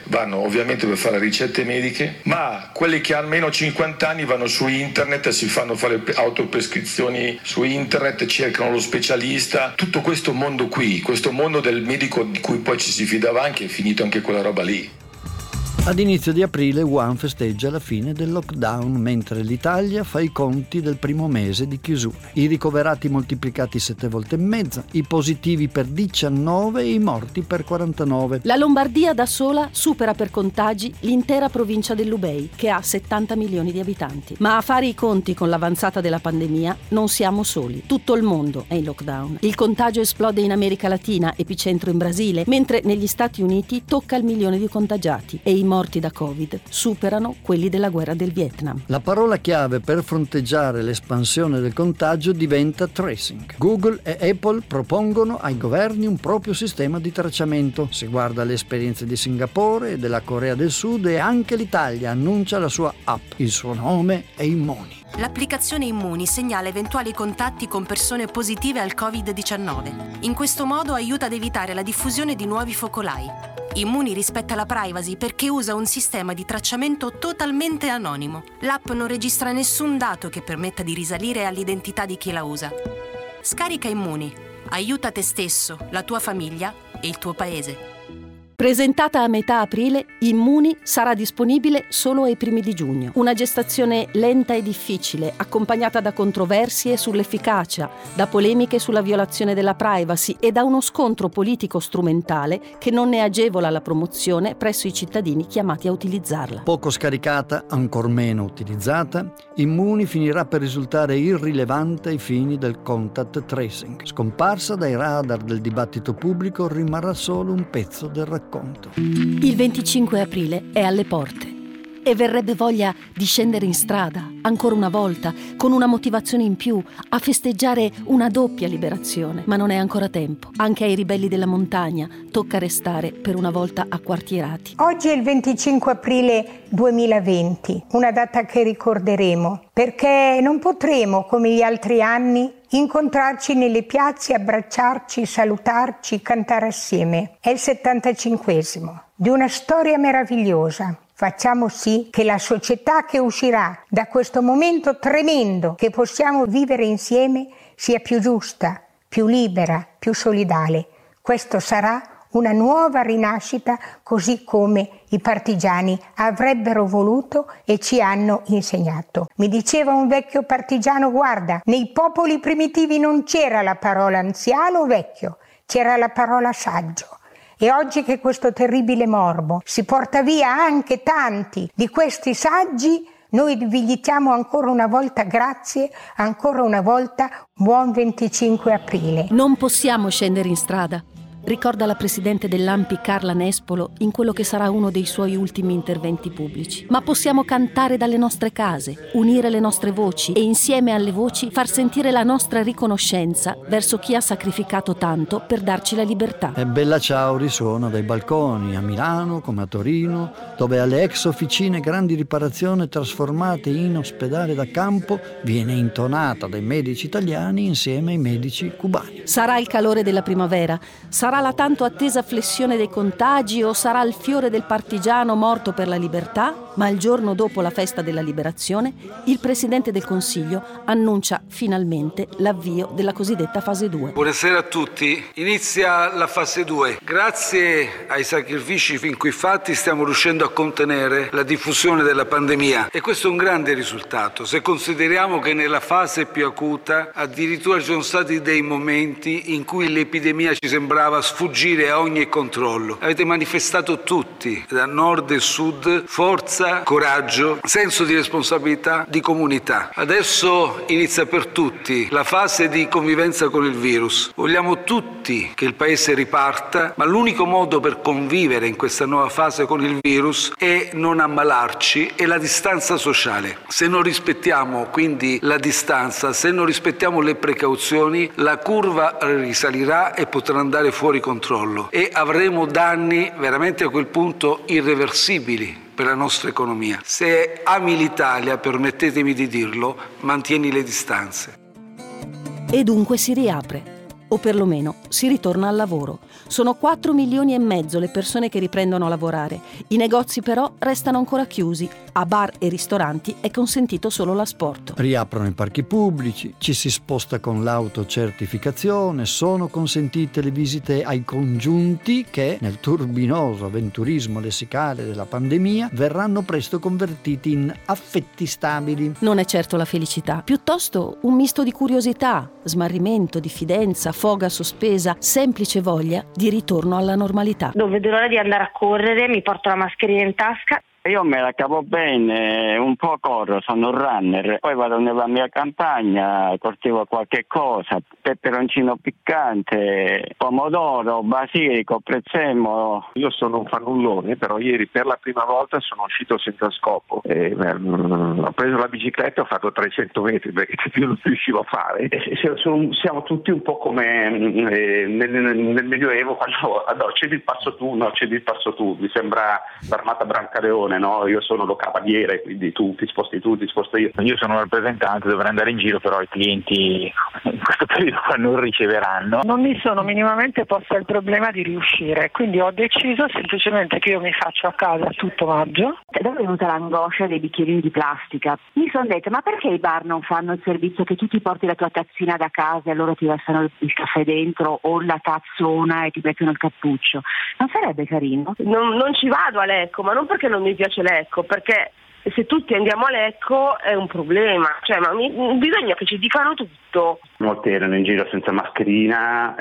vanno ovviamente per fare ricette mediche, ma quelli che hanno almeno 50 anni vanno su internet e si fanno fare autoprescrizioni su internet, cercano lo specialista. Tutto questo mondo qui, questo mondo del medico di cui poi ci si fidava anche, è finito anche quella roba lì. Ad inizio di aprile Wuhan festeggia la fine del lockdown, mentre l'Italia fa i conti del primo mese di chiusura. I ricoverati moltiplicati 7 volte e mezza, i positivi per 19 e i morti per 49. La Lombardia da sola supera per contagi l'intera provincia dell'Hubei, che ha 70 milioni di abitanti. Ma a fare i conti con l'avanzata della pandemia non siamo soli. Tutto il mondo è in lockdown. Il contagio esplode in America Latina, epicentro in Brasile, mentre negli Stati Uniti tocca il 1 milione di contagiati e i morti da Covid superano quelli della guerra del Vietnam. La parola chiave per fronteggiare l'espansione del contagio diventa tracing. Google e Apple propongono ai governi un proprio sistema di tracciamento. Si guarda le esperienze di Singapore e della Corea del Sud, e anche l'Italia annuncia la sua app. Il suo nome è Immuni. L'applicazione Immuni segnala eventuali contatti con persone positive al Covid-19. In questo modo aiuta ad evitare la diffusione di nuovi focolai. Immuni rispetta la privacy perché usa un sistema di tracciamento totalmente anonimo. L'app non registra nessun dato che permetta di risalire all'identità di chi la usa. Scarica Immuni. Aiuta te stesso, la tua famiglia e il tuo paese. Presentata a metà aprile, Immuni sarà disponibile solo ai primi di giugno. Una gestazione lenta e difficile, accompagnata da controversie sull'efficacia, da polemiche sulla violazione della privacy e da uno scontro politico strumentale che non ne agevola la promozione presso i cittadini chiamati a utilizzarla. Poco scaricata, ancor meno utilizzata, Immuni finirà per risultare irrilevante ai fini del contact tracing. Scomparsa dai radar del dibattito pubblico, rimarrà solo un pezzo del racconto. Il 25 aprile è alle porte e verrebbe voglia di scendere in strada, ancora una volta, con una motivazione in più, a festeggiare una doppia liberazione. Ma non è ancora tempo. Anche ai ribelli della montagna tocca restare per una volta acquartierati. Oggi è il 25 aprile 2020, una data che ricorderemo, perché non potremo, come gli altri anni, incontrarci nelle piazze, abbracciarci, salutarci, cantare assieme. È il 75esimo di una storia meravigliosa. Facciamo sì che la società che uscirà da questo momento tremendo che possiamo vivere insieme sia più giusta, più libera, più solidale. Questo sarà una nuova rinascita, così come i partigiani avrebbero voluto e ci hanno insegnato. Mi diceva un vecchio partigiano: guarda, nei popoli primitivi non c'era la parola anziano o vecchio, c'era la parola saggio. E oggi che questo terribile morbo si porta via anche tanti di questi saggi, noi vi diciamo ancora una volta grazie, ancora una volta buon 25 aprile. Non possiamo scendere in strada, ricorda la presidente dell'ANPI Carla Nespolo in quello che sarà uno dei suoi ultimi interventi pubblici. Ma possiamo cantare dalle nostre case, unire le nostre voci e insieme alle voci far sentire la nostra riconoscenza verso chi ha sacrificato tanto per darci la libertà. E Bella Ciao risuona dai balconi a Milano come a Torino, dove alle ex officine grandi riparazione trasformate in ospedale da campo viene intonata dai medici italiani insieme ai medici cubani. Sarà il calore della primavera, sarà la tanto attesa flessione dei contagi o sarà il fiore del partigiano morto per la libertà, ma il giorno dopo la festa della liberazione il Presidente del Consiglio annuncia finalmente l'avvio della cosiddetta fase 2. Buonasera a tutti. Inizia la fase 2. Grazie ai sacrifici fin qui fatti stiamo riuscendo a contenere la diffusione della pandemia e questo è un grande risultato se consideriamo che nella fase più acuta addirittura ci sono stati dei momenti in cui l'epidemia ci sembrava sfuggire a ogni controllo. Avete manifestato tutti, da nord e sud, forza, coraggio, senso di responsabilità, di comunità. Adesso inizia per tutti la fase di convivenza con il virus. Vogliamo tutti che il paese riparta, ma l'unico modo per convivere in questa nuova fase con il virus è non ammalarci e la distanza sociale. Se non rispettiamo quindi la distanza, se non rispettiamo le precauzioni, la curva risalirà e potrà andare fuori controllo e avremo danni veramente a quel punto irreversibili per la nostra economia. Se ami l'Italia, permettetemi di dirlo, mantieni le distanze. E dunque si riapre. o perlomeno si ritorna al lavoro. Sono 4,5 milioni le persone che riprendono a lavorare. I negozi però restano ancora chiusi. A bar e ristoranti è consentito solo l'asporto. Riaprono i parchi pubblici, ci si sposta con l'autocertificazione, sono consentite le visite ai congiunti che, nel turbinoso avventurismo lessicale della pandemia, verranno presto convertiti in affetti stabili. Non è certo la felicità, piuttosto un misto di curiosità, smarrimento, diffidenza, foga sospesa, semplice voglia di ritorno alla normalità. Non vedo l'ora di andare a correre, mi porto la mascherina in tasca. Io me la cavo bene, un po' corro, sono un runner, poi vado nella mia campagna, coltivo qualche cosa, peperoncino piccante, pomodoro, basilico, prezzemolo. Io sono un fannullone, però ieri per la prima volta sono uscito senza scopo. Ho preso la bicicletta e ho fatto 300 metri perché più non riuscivo a fare. Siamo tutti un po' come nel Medioevo, quando cedi il passo tu, no, cedi il passo tu, mi sembra l'armata Brancaleone. No, io sono lo cavaliere, quindi tu ti sposti io. Io sono un rappresentante, dovrei andare in giro, però i clienti in questo periodo non riceveranno. Non mi sono minimamente posta il problema di riuscire, quindi ho deciso semplicemente che io mi faccio a casa tutto maggio. Da dove è venuta l'angoscia dei bicchierini di plastica? Mi sono detta, ma perché i bar non fanno il servizio che tu ti porti la tua tazzina da casa e loro ti versano il caffè dentro o la tazzona e ti mettono il cappuccio? Non sarebbe carino? Non ci vado a Lecco, ma non perché non mi piace Lecco, perché se tutti andiamo a Lecco è un problema, bisogna che ci dicano tutto. Molti erano in giro senza mascherina,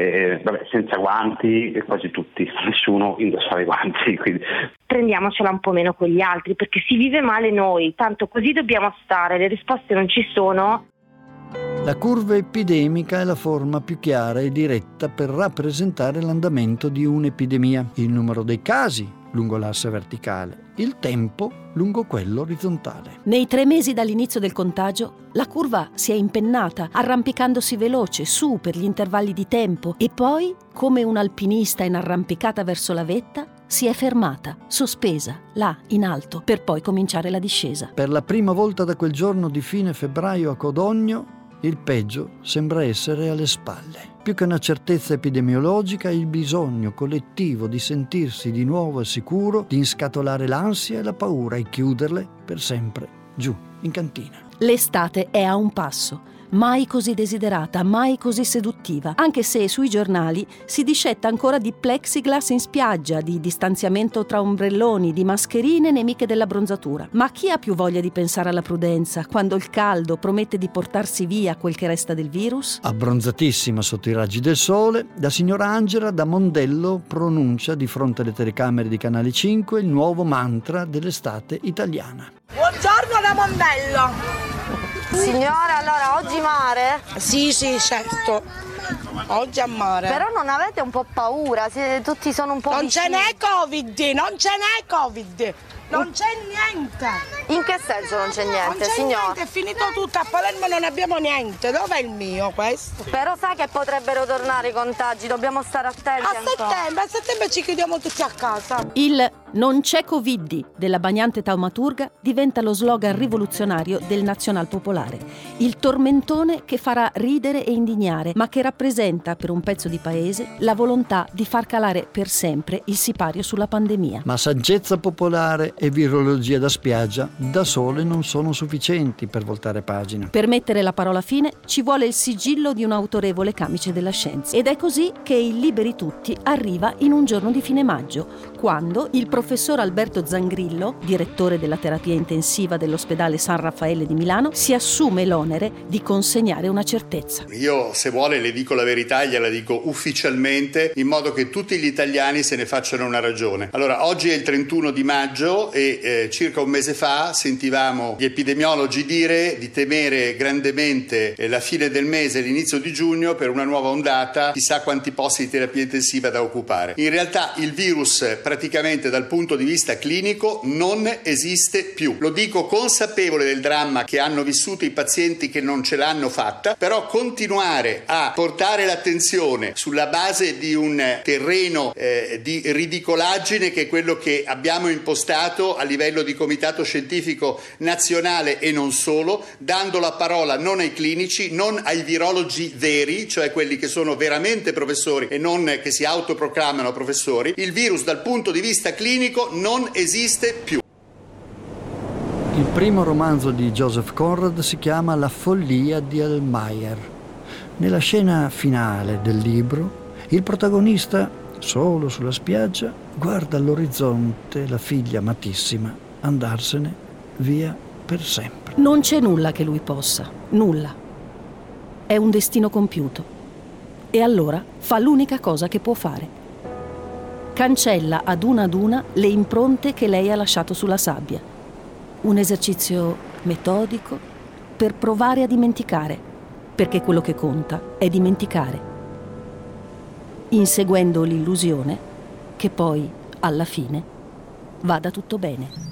senza guanti, e quasi tutti, nessuno indossava i guanti. Quindi. Prendiamocela un po' meno con gli altri, perché si vive male noi, tanto così dobbiamo stare, le risposte non ci sono. La curva epidemica è la forma più chiara e diretta per rappresentare l'andamento di un'epidemia. Il numero dei casi lungo l'asse verticale, il tempo lungo quello orizzontale. Nei 3 mesi dall'inizio del contagio, la curva si è impennata, arrampicandosi veloce su per gli intervalli di tempo e poi, come un alpinista in arrampicata verso la vetta, si è fermata, sospesa, là, in alto, per poi cominciare la discesa. Per la prima volta da quel giorno di fine febbraio a Codogno, il peggio sembra essere alle spalle. Più che una certezza epidemiologica, il bisogno collettivo di sentirsi di nuovo al sicuro, di inscatolare l'ansia e la paura e chiuderle per sempre giù, in cantina. L'estate è a un passo. Mai così desiderata, mai così seduttiva, anche se sui giornali si discetta ancora di plexiglass in spiaggia, di distanziamento tra ombrelloni, di mascherine nemiche dell'abbronzatura. Ma chi ha più voglia di pensare alla prudenza quando il caldo promette di portarsi via quel che resta del virus? Abbronzatissima sotto i raggi del sole, la signora Angela da Mondello pronuncia di fronte alle telecamere di Canale 5 il nuovo mantra dell'estate italiana. Buongiorno da Mondello! Signora, allora oggi mare? Sì, certo. Oggi a mare. Però non avete un po' paura? Tutti sono un po' Non vicini. ce n'è Covid! Non c'è niente! In che senso non c'è niente, non c'è signora? Niente, è finito tutto, a Palermo non abbiamo niente. Dov'è il mio questo? Però sa che potrebbero tornare i contagi, dobbiamo stare attenti a settembre ci chiudiamo tutti a casa. Il "non c'è Covid" della bagnante taumaturga diventa lo slogan rivoluzionario del nazionalpopolare. Il tormentone che farà ridere e indignare, ma che rappresenta per un pezzo di paese la volontà di far calare per sempre il sipario sulla pandemia. Ma saggezza popolare e virologia da spiaggia da sole non sono sufficienti per voltare pagina. Per mettere la parola fine ci vuole il sigillo di un autorevole camice della scienza. Ed è così che il Liberi Tutti arriva in un giorno di fine maggio, quando il professor Alberto Zangrillo, direttore della terapia intensiva dell'ospedale San Raffaele di Milano, si assume l'onere di consegnare una certezza. Io, se vuole, le dico la verità, gliela dico ufficialmente, in modo che tutti gli italiani se ne facciano una ragione. Allora, oggi è il 31 di maggio e circa un mese fa sentivamo gli epidemiologi dire di temere grandemente la fine del mese e l'inizio di giugno per una nuova ondata, chissà quanti posti di terapia intensiva da occupare. In realtà il virus praticamente dal dal punto di vista clinico non esiste più. Lo dico consapevole del dramma che hanno vissuto i pazienti che non ce l'hanno fatta, però continuare a portare l'attenzione sulla base di un terreno di ridicolaggine, che è quello che abbiamo impostato a livello di comitato scientifico nazionale e non solo, dando la parola non ai clinici, non ai virologi veri, cioè quelli che sono veramente professori e non che si autoproclamano professori. Il virus dal punto di vista clinico non esiste più. Il primo romanzo di Joseph Conrad si chiama La follia di Almayer. Nella scena finale del libro, il protagonista, solo sulla spiaggia, guarda all'orizzonte la figlia amatissima andarsene via per sempre. Non c'è nulla che lui possa, nulla. È un destino compiuto. E allora fa l'unica cosa che può fare. Cancella ad una le impronte che lei ha lasciato sulla sabbia. Un esercizio metodico per provare a dimenticare, perché quello che conta è dimenticare, inseguendo l'illusione che poi, alla fine, vada tutto bene.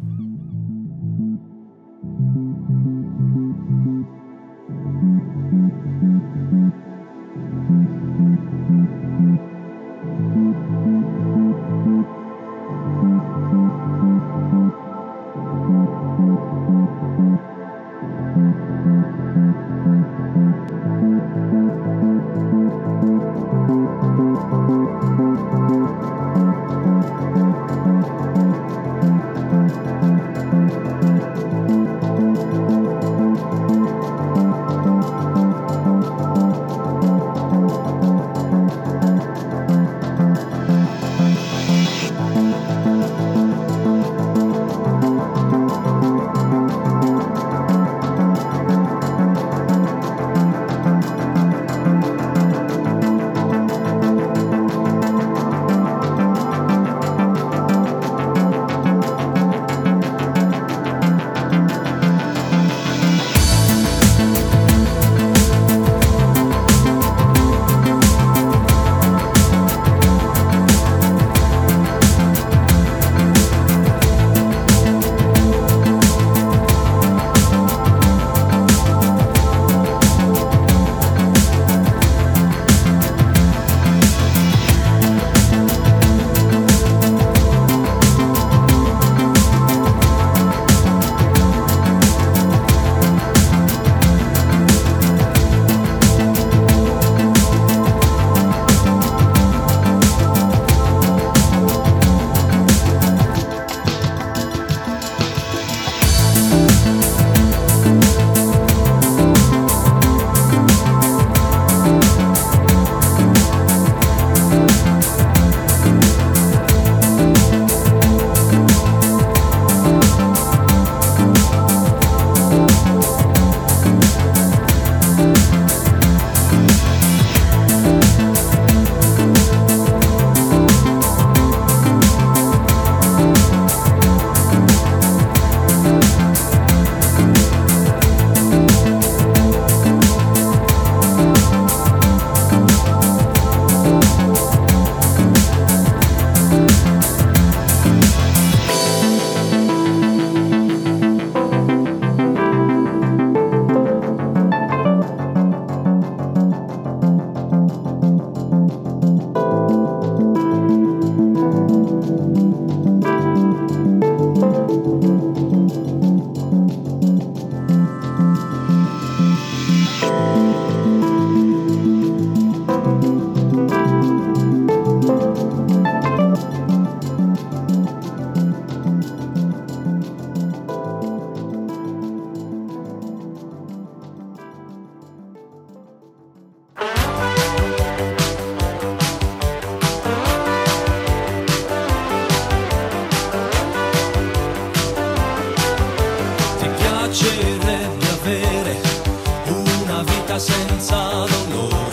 senza dolore,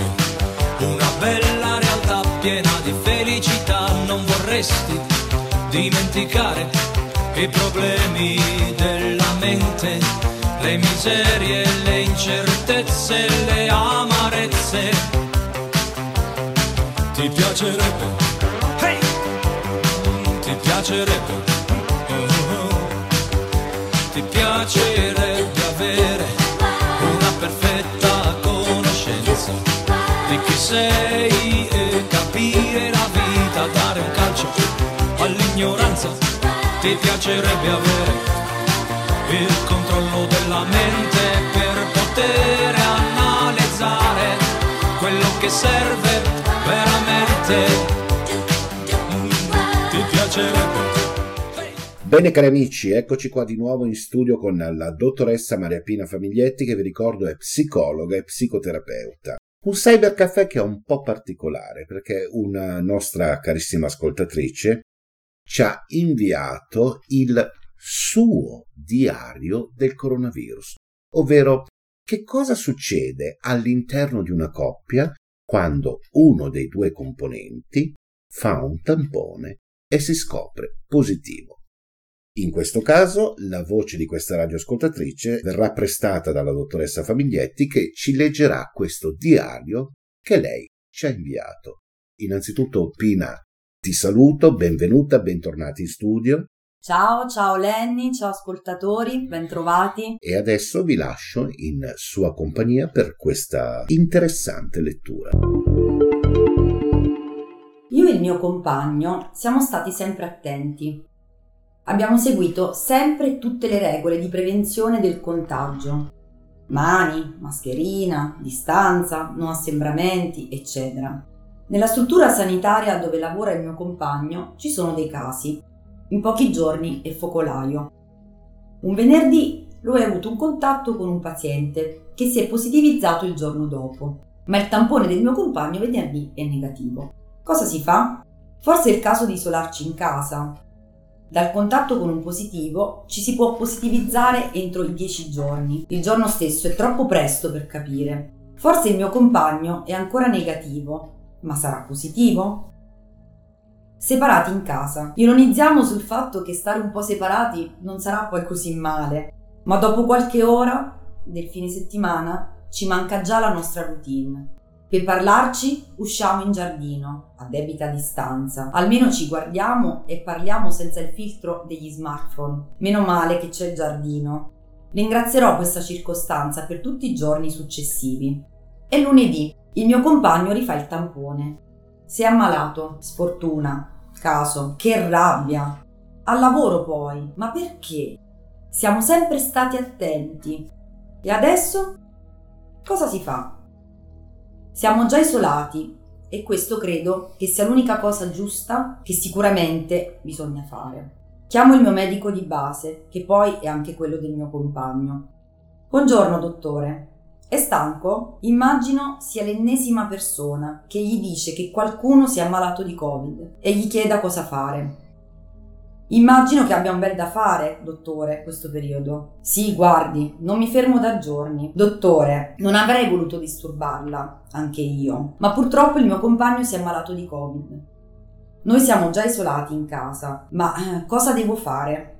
una bella realtà piena di felicità. Non vorresti dimenticare i problemi della mente, le miserie, le incertezze, le amarezze. Ti piacerebbe, hey! Ti piacerebbe Ti piacerebbe avere una perfetta conoscenza di chi sei e capire la vita, dare un calcio all'ignoranza. Ti piacerebbe avere il controllo della mente per poter analizzare quello che serve veramente. Ti piacerebbe. Bene cari amici, eccoci qua di nuovo in studio con la dottoressa Maria Pina Famiglietti, che vi ricordo è psicologa e psicoterapeuta. Un cybercaffè che è un po' particolare perché una nostra carissima ascoltatrice ci ha inviato il suo diario del coronavirus, ovvero che cosa succede all'interno di una coppia quando uno dei due componenti fa un tampone e si scopre positivo. In questo caso la voce di questa radioascoltatrice verrà prestata dalla dottoressa Famiglietti, che ci leggerà questo diario che lei ci ha inviato. Innanzitutto Pina, ti saluto, benvenuta, bentornati in studio. Ciao Lenny, ciao ascoltatori, bentrovati. E adesso vi lascio in sua compagnia per questa interessante lettura. Io e il mio compagno siamo stati sempre attenti. Abbiamo seguito sempre tutte le regole di prevenzione del contagio. Mani, mascherina, distanza, non assembramenti, eccetera. Nella struttura sanitaria dove lavora il mio compagno ci sono dei casi. In pochi giorni è focolaio. Un venerdì lui ha avuto un contatto con un paziente che si è positivizzato il giorno dopo, ma il tampone del mio compagno venerdì è negativo. Cosa si fa? Forse è il caso di isolarci in casa. Dal contatto con un positivo ci si può positivizzare entro i 10 giorni. Il giorno stesso è troppo presto per capire. Forse il mio compagno è ancora negativo, ma sarà positivo? Separati in casa. Ironizziamo sul fatto che stare un po' separati non sarà poi così male, ma dopo qualche ora del fine settimana ci manca già la nostra routine. Per parlarci usciamo in giardino, a debita distanza. Almeno ci guardiamo e parliamo senza il filtro degli smartphone. Meno male che c'è il giardino. Ringrazierò questa circostanza per tutti i giorni successivi. È lunedì. Il mio compagno rifà il tampone. Si è ammalato. Sfortuna. Caso. Che rabbia. Al lavoro poi. Ma perché? Siamo sempre stati attenti. E adesso? Cosa si fa? Siamo già isolati e questo credo che sia l'unica cosa giusta che sicuramente bisogna fare. Chiamo il mio medico di base, che poi è anche quello del mio compagno. Buongiorno dottore. È stanco? Immagino sia l'ennesima persona che gli dice che qualcuno si è ammalato di Covid e gli chieda cosa fare. Immagino che abbia un bel da fare, dottore, questo periodo. Sì, guardi, non mi fermo da giorni. Dottore, non avrei voluto disturbarla, anche io, ma purtroppo il mio compagno si è ammalato di Covid. Noi siamo già isolati in casa, ma cosa devo fare?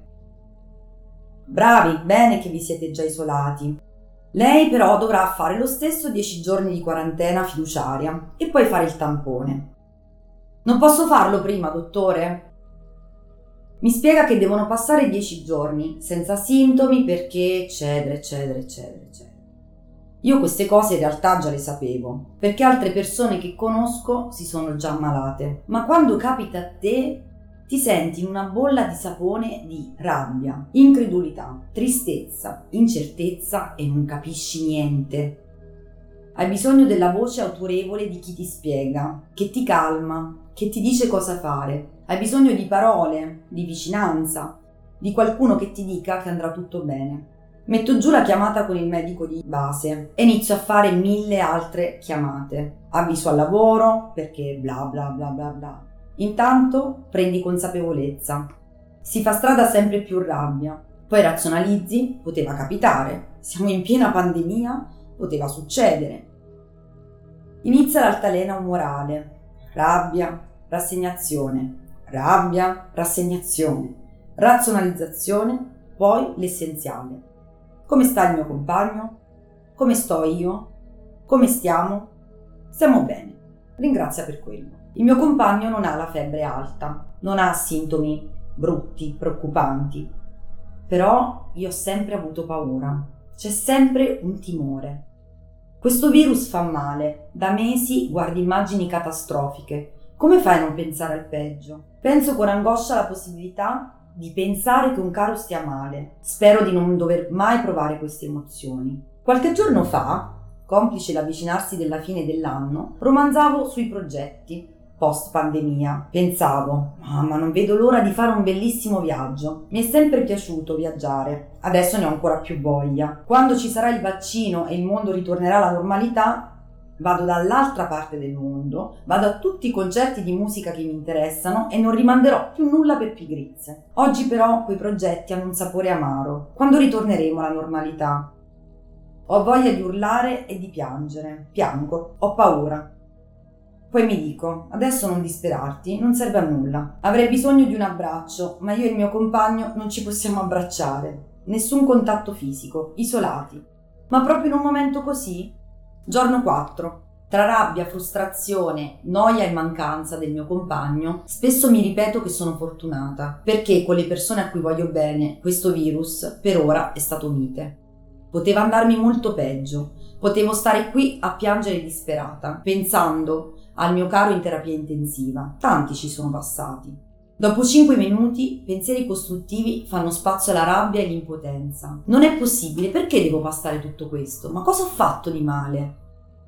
Bravi, bene che vi siete già isolati. Lei però dovrà fare lo stesso 10 giorni di quarantena fiduciaria e poi fare il tampone. Non posso farlo prima, dottore? Mi spiega che devono passare 10 giorni senza sintomi perché eccetera. Io queste cose in realtà già le sapevo, perché altre persone che conosco si sono già ammalate. Ma quando capita a te, ti senti in una bolla di sapone di rabbia, incredulità, tristezza, incertezza e non capisci niente. Hai bisogno della voce autorevole di chi ti spiega, che ti calma, che ti dice cosa fare. Hai bisogno di parole, di vicinanza, di qualcuno che ti dica che andrà tutto bene. Metto giù la chiamata con il medico di base e inizio a fare 1000 altre chiamate. Avviso al lavoro, perché bla bla bla bla bla. Intanto prendi consapevolezza. Si fa strada sempre più rabbia. Poi razionalizzi, poteva capitare. Siamo in piena pandemia, poteva succedere. Inizia l'altalena umorale. Rabbia, rassegnazione. Rabbia, rassegnazione, razionalizzazione, poi l'essenziale. Come sta il mio compagno? Come sto io? Come stiamo? Stiamo bene. Ringrazia per quello. Il mio compagno non ha la febbre alta, non ha sintomi, brutti, preoccupanti. Però io ho sempre avuto paura. C'è sempre un timore. Questo virus fa male. Da mesi guardi immagini catastrofiche. Come fai a non pensare al peggio? Penso con angoscia alla possibilità di pensare che un caro stia male. Spero di non dover mai provare queste emozioni. Qualche giorno fa, complice l'avvicinarsi della fine dell'anno, romanzavo sui progetti post pandemia. Pensavo, ma non vedo l'ora di fare un bellissimo viaggio. Mi è sempre piaciuto viaggiare, adesso ne ho ancora più voglia. Quando ci sarà il vaccino e il mondo ritornerà alla normalità, vado dall'altra parte del mondo, vado a tutti i concerti di musica che mi interessano e non rimanderò più nulla per pigrizie. Oggi però quei progetti hanno un sapore amaro. Quando ritorneremo alla normalità? Ho voglia di urlare e di piangere. Piango, ho paura. Poi mi dico, adesso non disperarti, non serve a nulla. Avrei bisogno di un abbraccio, ma io e il mio compagno non ci possiamo abbracciare. Nessun contatto fisico, isolati. Ma proprio in un momento così? Giorno 4. Tra rabbia, frustrazione, noia e mancanza del mio compagno, spesso mi ripeto che sono fortunata, perché con le persone a cui voglio bene, questo virus per ora è stato mite. Poteva andarmi molto peggio. Potevo stare qui a piangere disperata, pensando al mio caro in terapia intensiva. Tanti ci sono passati. Dopo 5 minuti, pensieri costruttivi fanno spazio alla rabbia e l'impotenza. Non è possibile, perché devo passare tutto questo? Ma cosa ho fatto di male?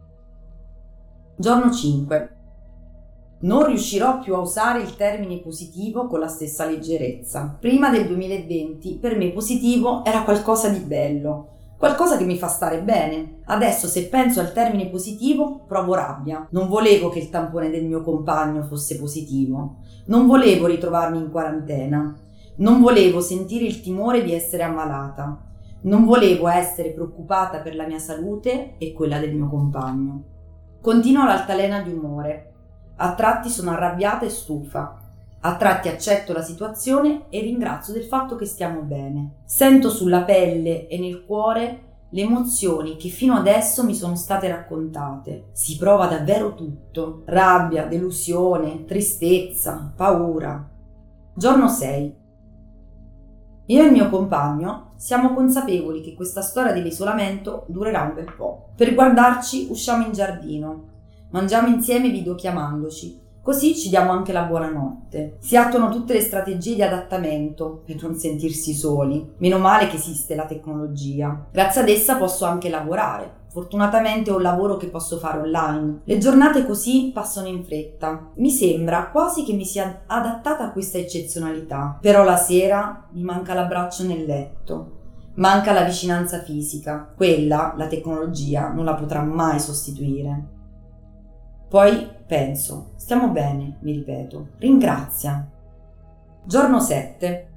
Giorno 5. Non riuscirò più a usare il termine positivo con la stessa leggerezza. Prima del 2020, per me positivo era qualcosa di bello. Qualcosa che mi fa stare bene. Adesso se penso al termine positivo provo rabbia. Non volevo che il tampone del mio compagno fosse positivo. Non volevo ritrovarmi in quarantena. Non volevo sentire il timore di essere ammalata. Non volevo essere preoccupata per la mia salute e quella del mio compagno. Continuo l'altalena di umore. A tratti sono arrabbiata e stufa. A tratti accetto la situazione e ringrazio del fatto che stiamo bene. Sento sulla pelle e nel cuore le emozioni che fino adesso mi sono state raccontate. Si prova davvero tutto: rabbia, delusione, tristezza, paura. Giorno 6. Io e il mio compagno siamo consapevoli che questa storia dell'isolamento durerà un bel po'. Per guardarci usciamo in giardino, mangiamo insieme videochiamandoci. Così ci diamo anche la buonanotte. Si attuano tutte le strategie di adattamento per non sentirsi soli. Meno male che esiste la tecnologia. Grazie ad essa posso anche lavorare. Fortunatamente ho un lavoro che posso fare online. Le giornate così passano in fretta. Mi sembra quasi che mi sia adattata a questa eccezionalità. Però la sera mi manca l'abbraccio nel letto. Manca la vicinanza fisica. Quella, la tecnologia, non la potrà mai sostituire. Poi penso, stiamo bene, mi ripeto, ringrazia. Giorno 7.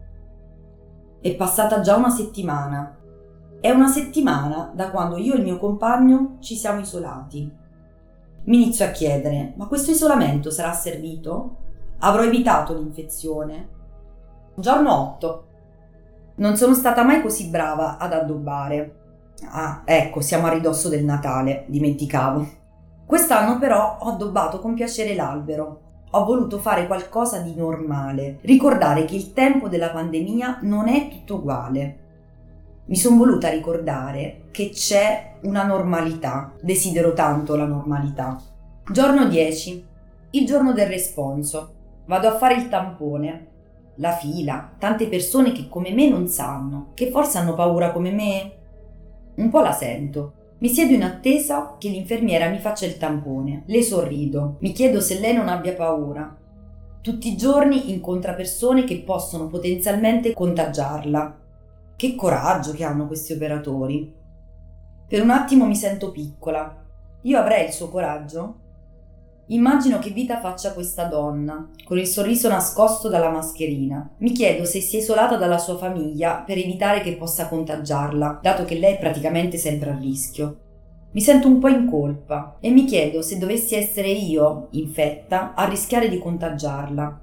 È passata già una settimana. È una settimana da quando io e il mio compagno ci siamo isolati. Mi inizio a chiedere, ma questo isolamento sarà servito? Avrò evitato l'infezione? Giorno 8. Non sono stata mai così brava ad addobbare. Ah, ecco, siamo a ridosso del Natale, dimenticavo. Quest'anno però ho addobbato con piacere l'albero. Ho voluto fare qualcosa di normale, ricordare che il tempo della pandemia non è tutto uguale. Mi sono voluta ricordare che c'è una normalità, desidero tanto la normalità. Giorno 10, il giorno del responso. Vado a fare il tampone. La fila, tante persone che come me non sanno, che forse hanno paura come me. Un po' la sento. Mi siedo in attesa che l'infermiera mi faccia il tampone. Le sorrido. Mi chiedo se lei non abbia paura. Tutti i giorni incontra persone che possono potenzialmente contagiarla. Che coraggio che hanno questi operatori. Per un attimo mi sento piccola. Io avrei il suo coraggio? Immagino che vita faccia questa donna, con il sorriso nascosto dalla mascherina. Mi chiedo se sia isolata dalla sua famiglia per evitare che possa contagiarla, dato che lei è praticamente sempre a rischio. Mi sento un po' in colpa e mi chiedo se dovessi essere io, infetta, a rischiare di contagiarla.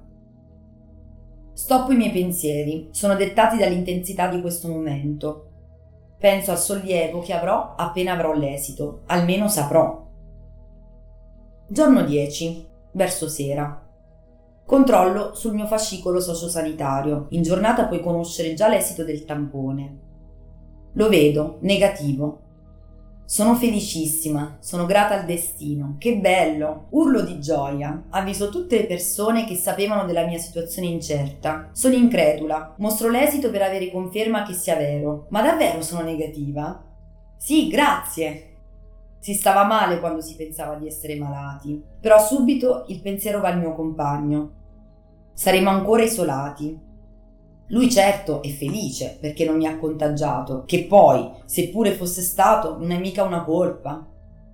Stoppo i miei pensieri, sono dettati dall'intensità di questo momento. Penso al sollievo che avrò appena avrò l'esito, almeno saprò. Giorno 10, verso sera. Controllo sul mio fascicolo sociosanitario. In giornata puoi conoscere già l'esito del tampone. Lo vedo, negativo. Sono felicissima, sono grata al destino. Che bello! Urlo di gioia. Avviso tutte le persone che sapevano della mia situazione incerta. Sono incredula. Mostro l'esito per avere conferma che sia vero. Ma davvero sono negativa? Sì, grazie. Si stava male quando si pensava di essere malati. Però subito il pensiero va al mio compagno. Saremo ancora isolati. Lui certo è felice perché non mi ha contagiato, che poi, seppure fosse stato, non è mica una colpa.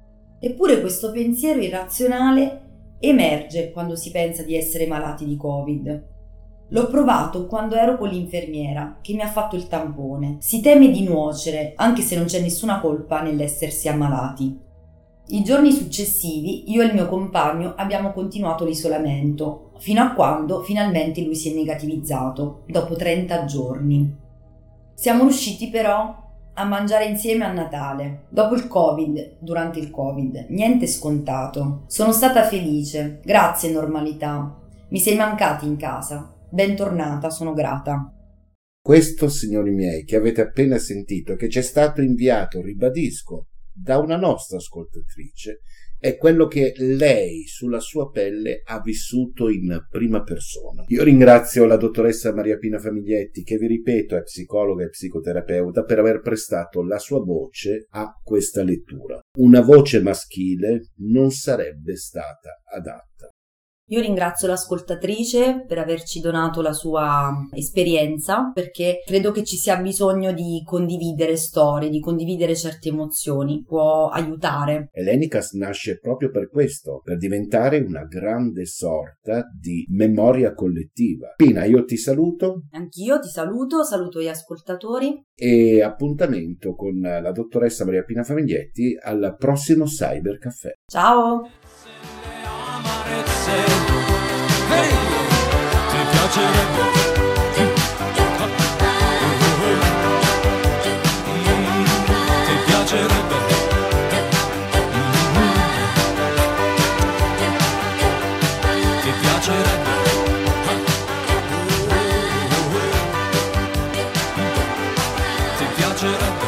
Eppure questo pensiero irrazionale emerge quando si pensa di essere malati di Covid. L'ho provato quando ero con l'infermiera che mi ha fatto il tampone. Si teme di nuocere, anche se non c'è nessuna colpa nell'essersi ammalati. I giorni successivi io e il mio compagno abbiamo continuato l'isolamento, fino a quando finalmente lui si è negativizzato, dopo 30 giorni. Siamo riusciti però a mangiare insieme a Natale. Dopo il Covid, durante il Covid, niente scontato. Sono stata felice, grazie normalità. Mi sei mancati in casa. Bentornata, sono grata. Questo, signori miei, che avete appena sentito, che ci è stato inviato, ribadisco, da una nostra ascoltatrice, è quello che lei sulla sua pelle ha vissuto in prima persona. Io ringrazio la dottoressa Maria Pina Famiglietti, che vi ripeto è psicologa e psicoterapeuta, per aver prestato la sua voce a questa lettura. Una voce maschile non sarebbe stata adatta. Io ringrazio l'ascoltatrice per averci donato la sua esperienza, perché credo che ci sia bisogno di condividere storie, di condividere certe emozioni, può aiutare. Ellenicas nasce proprio per questo, per diventare una grande sorta di memoria collettiva. Pina, io ti saluto. Anch'io ti saluto, saluto gli ascoltatori. E appuntamento con la dottoressa Maria Pina Famiglietti al prossimo Cyber Caffè. Ciao! Ti piacerebbe? Ti piacerebbe? Ti piacerebbe? Ti piacerebbe?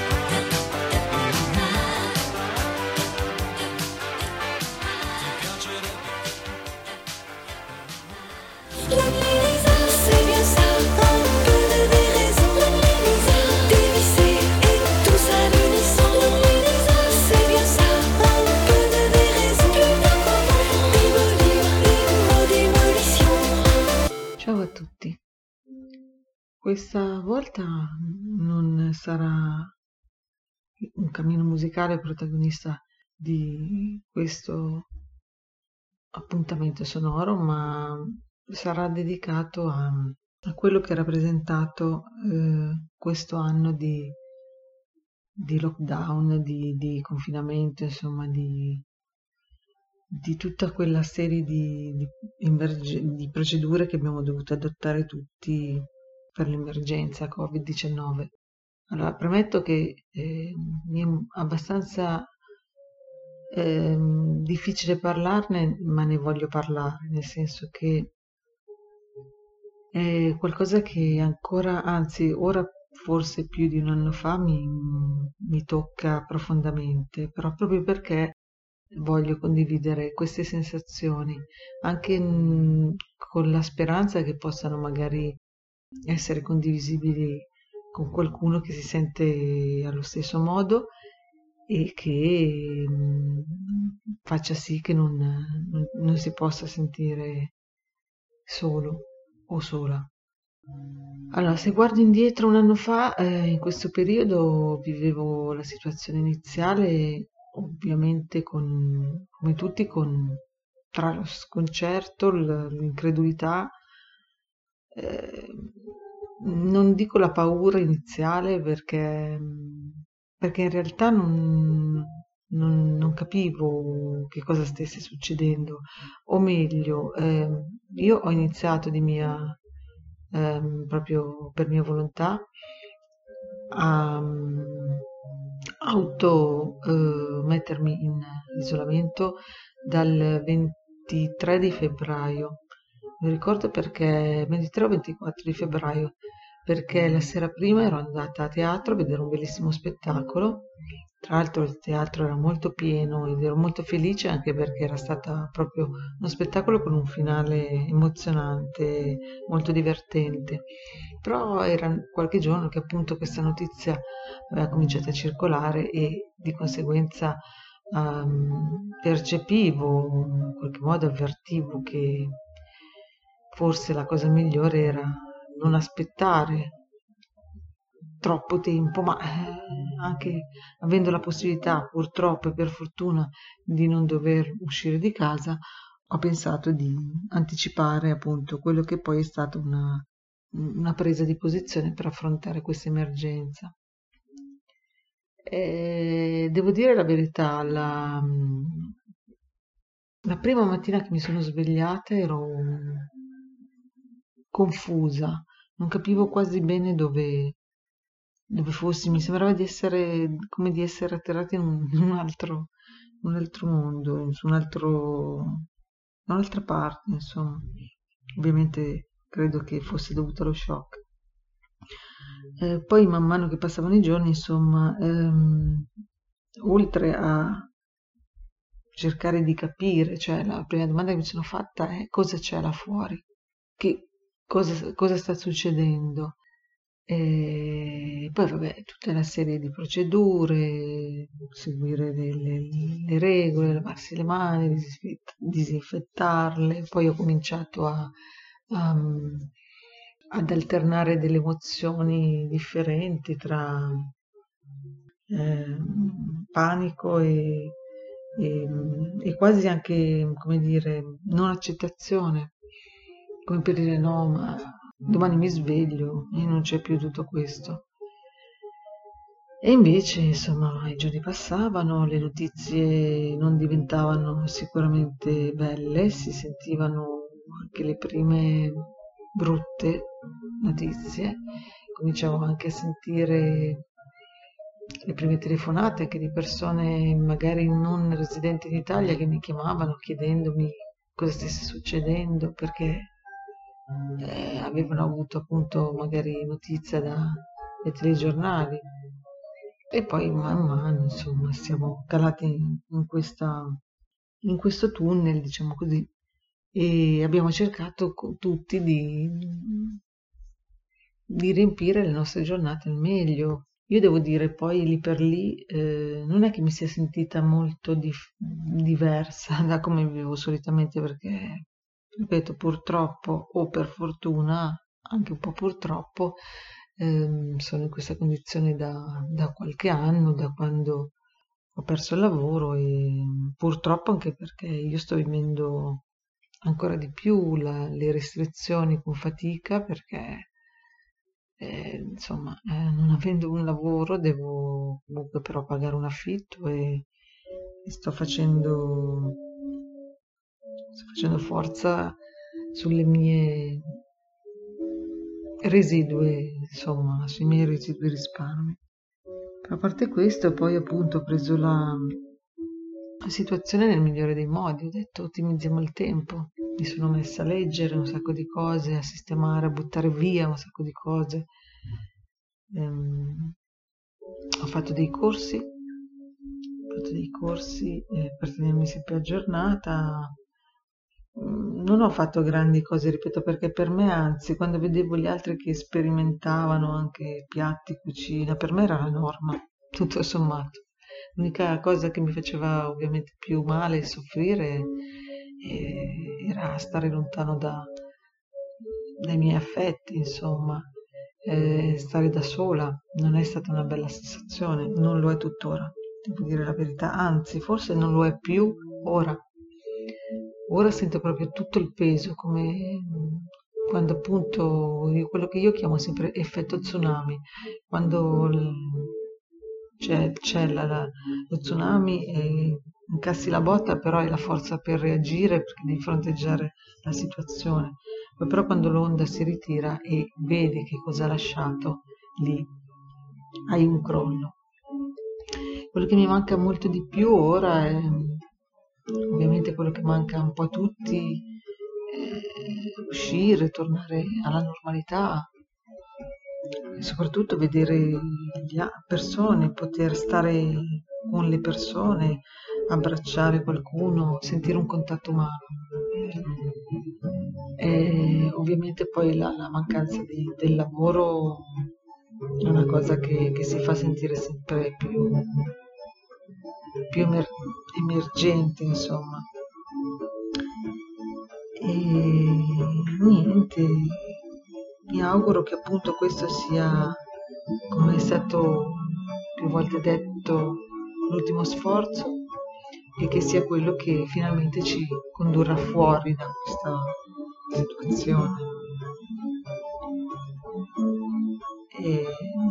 Ciao a tutti, questa volta non sarà un cammino musicale protagonista di questo appuntamento sonoro, ma sarà dedicato a quello che ha rappresentato questo anno di lockdown, di confinamento, insomma di tutta quella serie di procedure che abbiamo dovuto adottare tutti per l'emergenza Covid-19. Allora, premetto che mi è abbastanza difficile parlarne, ma ne voglio parlare, nel senso che è qualcosa che ancora, anzi ora forse più di un anno fa mi tocca profondamente, però proprio perché voglio condividere queste sensazioni, anche con la speranza che possano magari essere condivisibili con qualcuno che si sente allo stesso modo e che faccia sì che non si possa sentire solo o sola. Allora, se guardo indietro un anno fa, in questo periodo vivevo la situazione iniziale, ovviamente come tutti, tra lo sconcerto, l'incredulità, non dico la paura iniziale perché in realtà non capivo che cosa stesse succedendo, o meglio, io ho iniziato di proprio per mia volontà a mettermi in isolamento dal 23 di febbraio Mi ricordo perché 23 o 24 di febbraio, perché la sera prima ero andata a teatro a vedere un bellissimo spettacolo. Tra l'altro il teatro era molto pieno ed ero molto felice anche perché era stato proprio uno spettacolo con un finale emozionante, molto divertente. Però era qualche giorno che appunto questa notizia aveva cominciato a circolare e di conseguenza percepivo, in qualche modo avvertivo che forse la cosa migliore era non aspettare troppo tempo, ma anche avendo la possibilità, purtroppo e per fortuna, di non dover uscire di casa, ho pensato di anticipare appunto quello che poi è stata una presa di posizione per affrontare questa emergenza. Devo dire la verità, la prima mattina che mi sono svegliata ero confusa, non capivo quasi bene dove fossi, mi sembrava di essere come di essere atterrata in un altro mondo, su un'altra parte, insomma. Ovviamente credo che fosse dovuto allo shock. Poi man mano che passavano i giorni, insomma, oltre a cercare di capire, cioè la prima domanda che mi sono fatta è cosa c'è là fuori, cosa sta succedendo. E poi vabbè, tutta una serie di procedure, seguire le regole, lavarsi le mani, disinfettarle. Poi ho cominciato ad alternare delle emozioni differenti tra panico e quasi anche, come dire, non accettazione, come per dire no, ma domani mi sveglio e non c'è più tutto questo. E invece, insomma, i giorni passavano, le notizie non diventavano sicuramente belle, si sentivano anche le prime brutte notizie, cominciavo anche a sentire le prime telefonate anche di persone magari non residenti in Italia che mi chiamavano chiedendomi cosa stesse succedendo perché avevano avuto appunto magari notizia dai telegiornali. E poi man mano, insomma, siamo calati in questo tunnel, diciamo così, e abbiamo cercato tutti di riempire le nostre giornate al meglio. Io devo dire poi lì per lì non è che mi sia sentita molto diversa da come vivevo solitamente perché, ripeto, purtroppo o per fortuna, anche un po' purtroppo, sono in questa condizione da qualche anno, da quando ho perso il lavoro e purtroppo anche perché io sto vivendo ancora di più le restrizioni con fatica perché insomma non avendo un lavoro devo comunque però pagare un affitto e sto facendo forza sulle mie residui, insomma, sui miei residui risparmi. Però a parte questo, poi appunto ho preso la situazione nel migliore dei modi, ho detto ottimizziamo il tempo, mi sono messa a leggere un sacco di cose, a sistemare, a buttare via un sacco di cose. Ho fatto dei corsi per tenermi sempre aggiornata. Non ho fatto grandi cose, ripeto, perché per me, anzi, quando vedevo gli altri che sperimentavano anche piatti, cucina, per me era la norma, tutto sommato. L'unica cosa che mi faceva ovviamente più male e soffrire era stare lontano dai miei affetti, insomma, stare da sola. Non è stata una bella sensazione, non lo è tuttora, devo dire la verità, anzi, forse non lo è più ora. Ora sento proprio tutto il peso, come quando appunto quello che io chiamo sempre effetto tsunami, quando c'è lo tsunami e incassi la botta, però hai la forza per reagire perché devi fronteggiare la situazione. Poi però quando l'onda si ritira e vedi che cosa ha lasciato, lì hai un crollo. Quello che mi manca molto di più ora è ovviamente quello che manca un po' a tutti uscire, tornare alla normalità, e soprattutto vedere le persone, poter stare con le persone, abbracciare qualcuno, sentire un contatto umano. E ovviamente poi la mancanza del lavoro è una cosa che si fa sentire sempre più emergente, insomma. E niente, mi auguro che appunto questo sia, come è stato più volte detto, l'ultimo sforzo, e che sia quello che finalmente ci condurrà fuori da questa situazione. E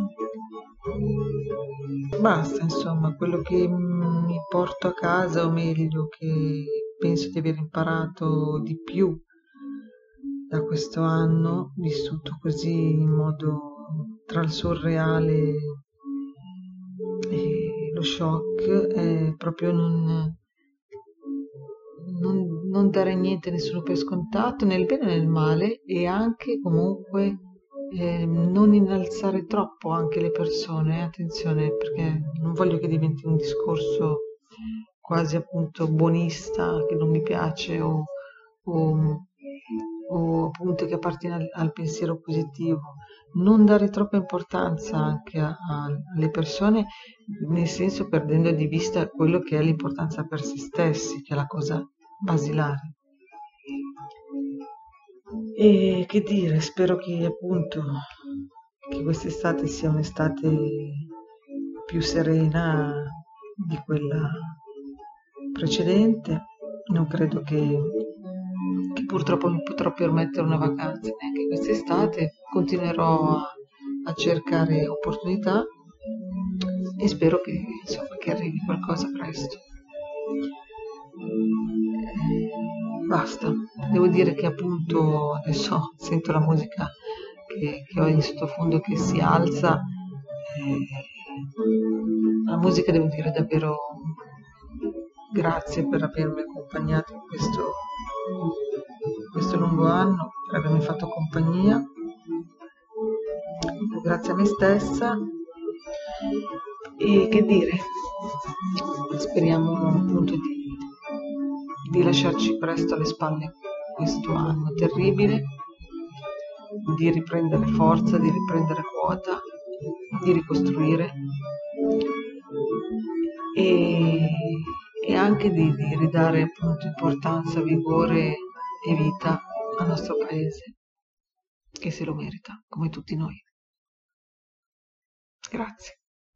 basta, insomma, quello che mi porto a casa, o meglio, che penso di aver imparato di più da questo anno, vissuto così in modo tra il surreale e lo shock, è proprio non dare niente a nessuno per scontato, nel bene e nel male, e anche comunque non innalzare troppo anche le persone, attenzione, perché non voglio che diventi un discorso quasi appunto buonista, che non mi piace, o appunto che appartiene al pensiero positivo. Non dare troppa importanza anche alle persone, nel senso perdendo di vista quello che è l'importanza per se stessi, che è la cosa basilare. E che dire, spero che appunto che quest'estate sia un'estate più serena di quella precedente. Non credo che purtroppo non potrò permettere una vacanza neanche quest'estate. Continuerò a cercare opportunità e spero che, insomma, che arrivi qualcosa presto. Basta, devo dire che appunto adesso sento la musica che ho in sottofondo che si alza. La musica, devo dire davvero grazie per avermi accompagnato in questo lungo anno, per avermi fatto compagnia. Grazie a me stessa, e che dire, speriamo appunto di lasciarci presto alle spalle questo anno terribile, di riprendere forza, di riprendere quota, di ricostruire e anche di ridare appunto importanza, vigore e vita al nostro paese, che se lo merita, come tutti noi. Grazie.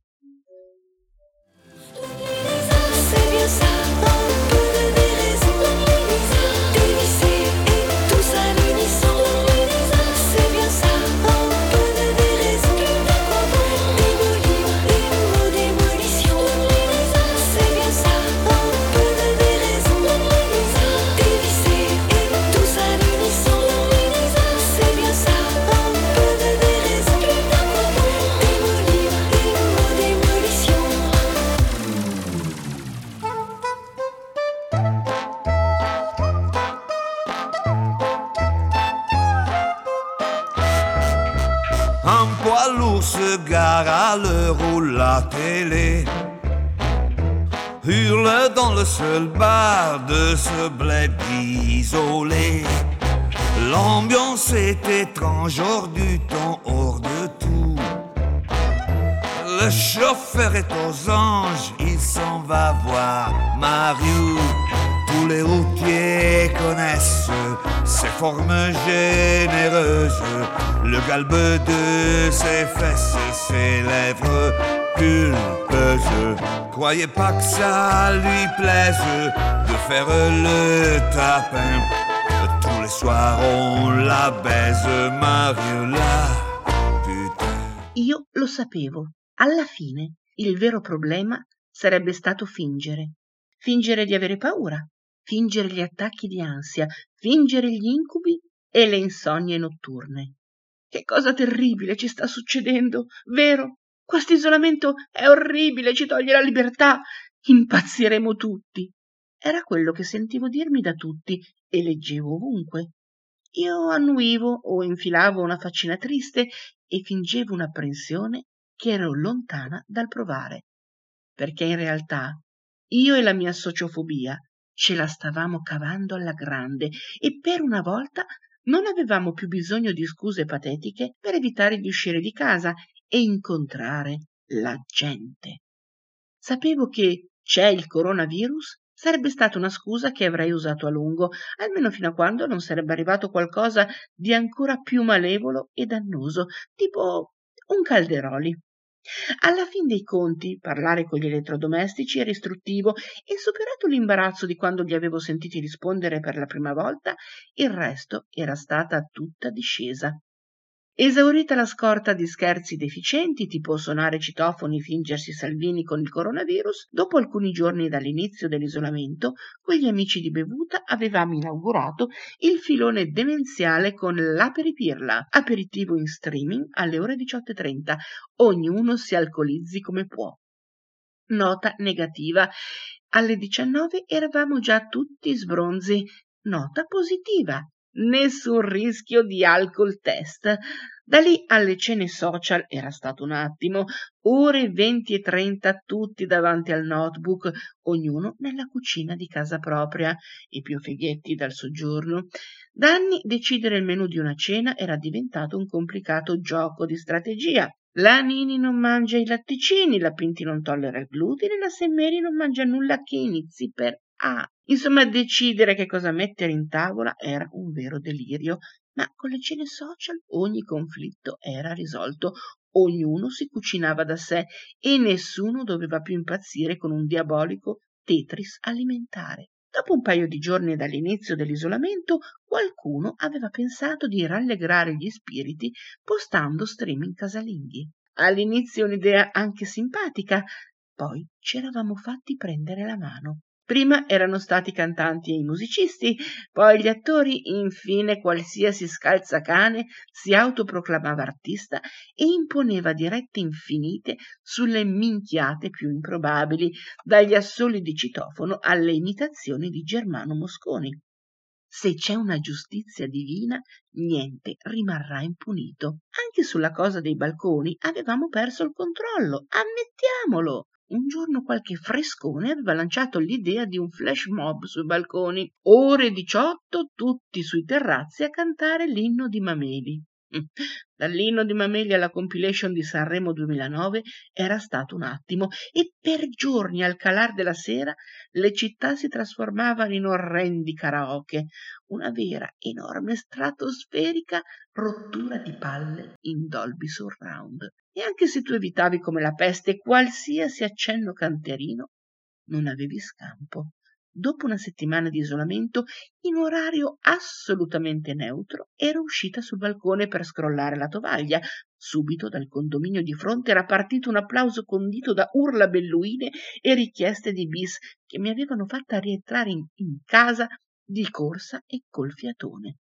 Un poids lourd se gare à l'heure où la télé hurle dans le seul bar de ce bled isolé. L'ambiance est étrange, hors du temps, hors de tout. Le chauffeur est aux anges, il s'en va voir Mariou. Tous les routiers connaissent ses formes généreuses, le galbe de ses fesses et ses lèvres pulpeuses. Croyez pas que ça lui plaise de faire le tapin. Tous les soirs on la baise, Mariola, putain. Io lo sapevo. Alla fine il vero problema sarebbe stato fingere. Fingere di avere paura, fingere gli attacchi di ansia, fingere gli incubi e le insonnie notturne. Che cosa terribile ci sta succedendo, vero? Questo isolamento è orribile, ci toglie la libertà. Impazziremo tutti. era quello che sentivo dirmi da tutti e leggevo ovunque. Io annuivo o infilavo una faccina triste e fingevo un'apprensione che ero lontana dal provare, perché in realtà io e la mia sociofobia ce la stavamo cavando alla grande e per una volta non avevamo più bisogno di scuse patetiche per evitare di uscire di casa e incontrare la gente. Sapevo che c'è il coronavirus sarebbe stata una scusa che avrei usato a lungo, almeno fino a quando non sarebbe arrivato qualcosa di ancora più malevolo e dannoso, tipo un Calderoli. Alla fin dei conti, parlare con gli elettrodomestici era istruttivo e, superato l'imbarazzo di quando li avevo sentiti rispondere per la prima volta, il resto era stata tutta discesa. Esaurita la scorta di scherzi deficienti, tipo suonare citofoni e fingersi Salvini con il coronavirus, dopo alcuni giorni dall'inizio dell'isolamento, con gli amici di bevuta avevamo inaugurato il filone demenziale con l'Aperipirla, aperitivo in streaming alle ore 18:30. Ognuno si alcolizzi come può. Nota negativa. Alle 19 eravamo già tutti sbronzi. Nota positiva. Nessun rischio di alcol test. Da lì alle cene social era stato un attimo, ore 20:30 tutti davanti al notebook, ognuno nella cucina di casa propria, i più fighetti dal soggiorno. Da anni decidere il menù di una cena era diventato un complicato gioco di strategia. La Nini non mangia i latticini, la Pinti non tollera il glutine, la Semmeri non mangia nulla che inizi per A. Insomma, decidere che cosa mettere in tavola era un vero delirio, ma con le cene social ogni conflitto era risolto, ognuno si cucinava da sé e nessuno doveva più impazzire con un diabolico Tetris alimentare. Dopo un paio di giorni dall'inizio dell'isolamento, qualcuno aveva pensato di rallegrare gli spiriti postando streaming casalinghi. All'inizio un'idea anche simpatica, poi ci eravamo fatti prendere la mano. Prima erano stati i cantanti e i musicisti, poi gli attori, infine qualsiasi scalzacane si autoproclamava artista e imponeva dirette infinite sulle minchiate più improbabili, dagli assoli di citofono alle imitazioni di Germano Mosconi. Se c'è una giustizia divina, niente rimarrà impunito. Anche sulla cosa dei balconi avevamo perso il controllo, ammettiamolo. Un giorno qualche frescone aveva lanciato l'idea di un flash mob sui balconi. Ore 18 tutti sui terrazzi a cantare l'inno di Mameli. Dall'inno di Mameli alla compilation di Sanremo 2009 era stato un attimo e per giorni al calar della sera le città si trasformavano in orrendi karaoke, una vera enorme stratosferica rottura di palle in Dolby Surround. E anche se tu evitavi come la peste qualsiasi accenno canterino, non avevi scampo. Dopo una settimana di isolamento, in orario assolutamente neutro, ero uscita sul balcone per scrollare la tovaglia. Subito dal condominio di fronte era partito un applauso condito da urlabelluine e richieste di bis che mi avevano fatta rientrare in casa di corsa e col fiatone.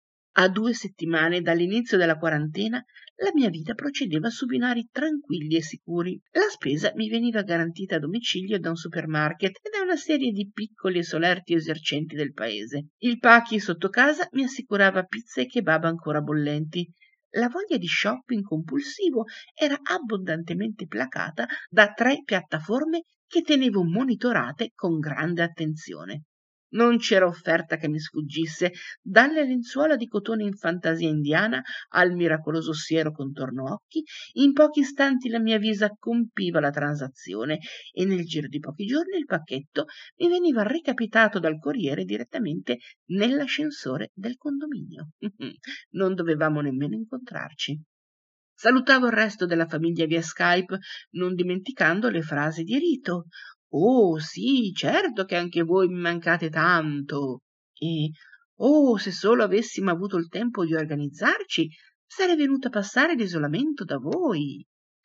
A 2 settimane dall'inizio della quarantena la mia vita procedeva su binari tranquilli e sicuri. La spesa mi veniva garantita a domicilio da un supermarket e da una serie di piccoli e solerti esercenti del paese. Il Pacchi sotto casa mi assicurava pizza e kebab ancora bollenti. La voglia di shopping compulsivo era abbondantemente placata da 3 piattaforme che tenevo monitorate con grande attenzione. Non c'era offerta che mi sfuggisse, dalle lenzuola di cotone in fantasia indiana al miracoloso siero contorno occhi. In pochi istanti la mia visa compiva la transazione e nel giro di pochi giorni il pacchetto mi veniva recapitato dal corriere direttamente nell'ascensore del condominio. Non dovevamo nemmeno incontrarci. Salutavo il resto della famiglia via Skype, non dimenticando le frasi di rito. «Oh, sì, certo che anche voi mi mancate tanto!» e «Oh, se solo avessimo avuto il tempo di organizzarci, sarei venuta a passare l'isolamento da voi!»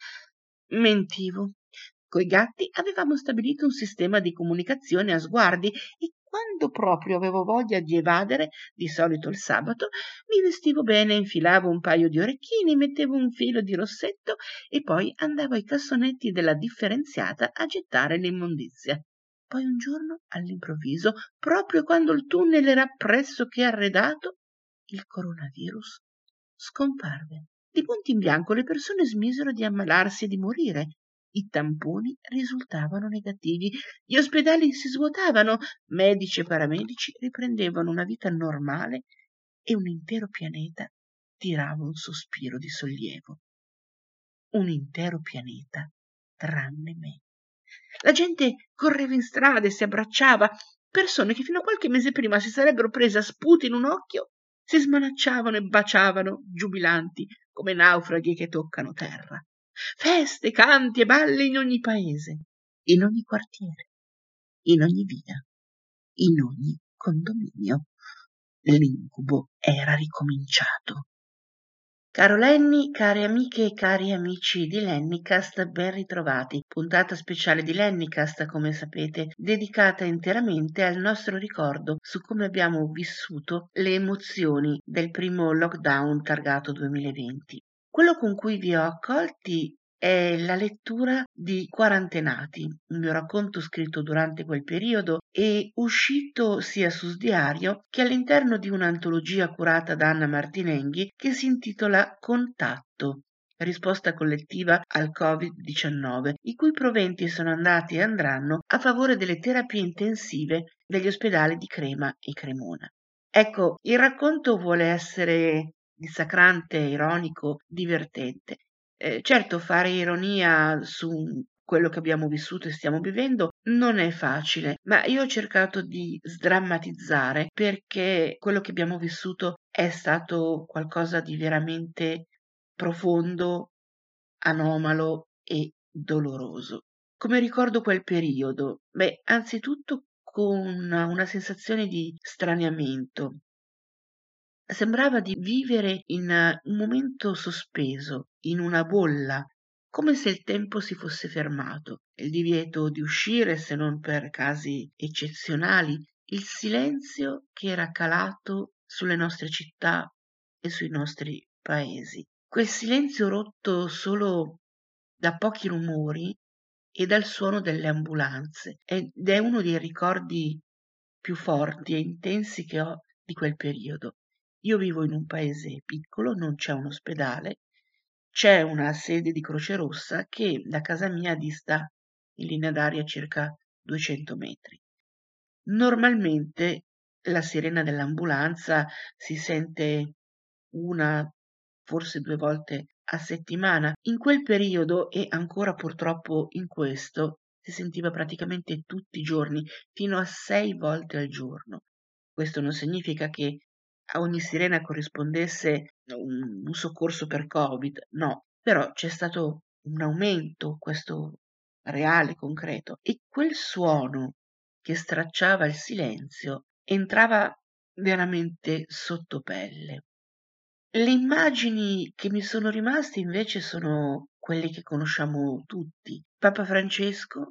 Mentivo. Coi gatti avevamo stabilito un sistema di comunicazione a sguardi e quando proprio avevo voglia di evadere, di solito il sabato, mi vestivo bene, infilavo un paio di orecchini, mettevo un filo di rossetto e poi andavo ai cassonetti della differenziata a gettare l'immondizia. Poi un giorno, all'improvviso, proprio quando il tunnel era pressoché arredato, il coronavirus scomparve. Di punto in bianco le persone smisero di ammalarsi e di morire. I tamponi risultavano negativi, gli ospedali si svuotavano, medici e paramedici riprendevano una vita normale e un intero pianeta tirava un sospiro di sollievo. Un intero pianeta, tranne me. La gente correva in strada e si abbracciava. Persone che fino a qualche mese prima si sarebbero prese a sputi in un occhio si smanacciavano e baciavano, giubilanti, come naufraghi che toccano terra. Feste, canti e balli in ogni paese, in ogni quartiere, in ogni via, in ogni condominio. L'incubo era ricominciato. Caro Lenny, care amiche e cari amici di Lennycast, ben ritrovati. Puntata speciale di Lennycast, come sapete, dedicata interamente al nostro ricordo su come abbiamo vissuto le emozioni del primo lockdown targato 2020. Quello con cui vi ho accolti è la lettura di Quarantenati, un mio racconto scritto durante quel periodo e uscito sia su Sdiario che all'interno di un'antologia curata da Anna Martinenghi che si intitola Contatto, risposta collettiva al Covid-19, i cui proventi sono andati e andranno a favore delle terapie intensive degli ospedali di Crema e Cremona. Ecco, il racconto vuole essere dissacrante, ironico, divertente. Certo, fare ironia su quello che abbiamo vissuto e stiamo vivendo non è facile, ma io ho cercato di sdrammatizzare perché quello che abbiamo vissuto è stato qualcosa di veramente profondo, anomalo e doloroso. Come ricordo quel periodo? Beh, anzitutto con una sensazione di straniamento. Sembrava di vivere in un momento sospeso, in una bolla, come se il tempo si fosse fermato, il divieto di uscire se non per casi eccezionali, il silenzio che era calato sulle nostre città e sui nostri paesi. Quel silenzio rotto solo da pochi rumori e dal suono delle ambulanze ed è uno dei ricordi più forti e intensi che ho di quel periodo. Io vivo in un paese piccolo, non c'è un ospedale, c'è una sede di Croce Rossa che da casa mia dista in linea d'aria circa 200 metri. Normalmente la sirena dell'ambulanza si sente una, forse 2 volte a settimana. In quel periodo e ancora purtroppo in questo si sentiva praticamente tutti i giorni, fino a 6 volte al giorno. Questo non significa che a ogni sirena corrispondesse un soccorso per Covid, no, però c'è stato un aumento, questo reale, concreto, e quel suono che stracciava il silenzio entrava veramente sotto pelle. Le immagini che mi sono rimaste invece sono quelle che conosciamo tutti. Papa Francesco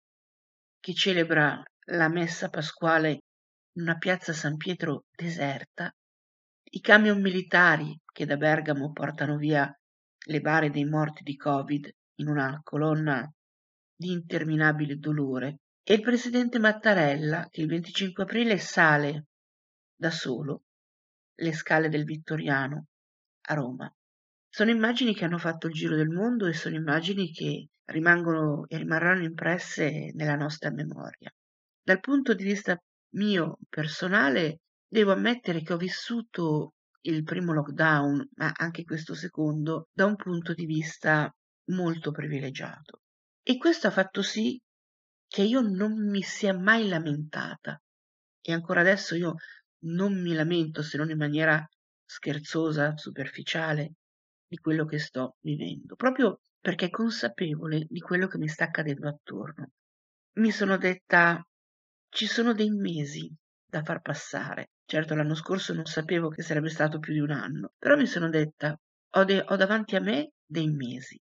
che celebra la messa pasquale in una piazza San Pietro deserta, i camion militari che da Bergamo portano via le bare dei morti di Covid in una colonna di interminabile dolore e il presidente Mattarella che il 25 aprile sale da solo le scale del Vittoriano a Roma. Sono immagini che hanno fatto il giro del mondo e sono immagini che rimangono e rimarranno impresse nella nostra memoria. Dal punto di vista mio personale, devo ammettere che ho vissuto il primo lockdown, ma anche questo secondo, da un punto di vista molto privilegiato. E questo ha fatto sì che io non mi sia mai lamentata. E ancora adesso io non mi lamento, se non in maniera scherzosa, superficiale, di quello che sto vivendo, proprio perché consapevole di quello che mi sta accadendo attorno. Mi sono detta, ci sono dei mesi da far passare. Certo, l'anno scorso non sapevo che sarebbe stato più di un anno, però mi sono detta, ho davanti a me dei mesi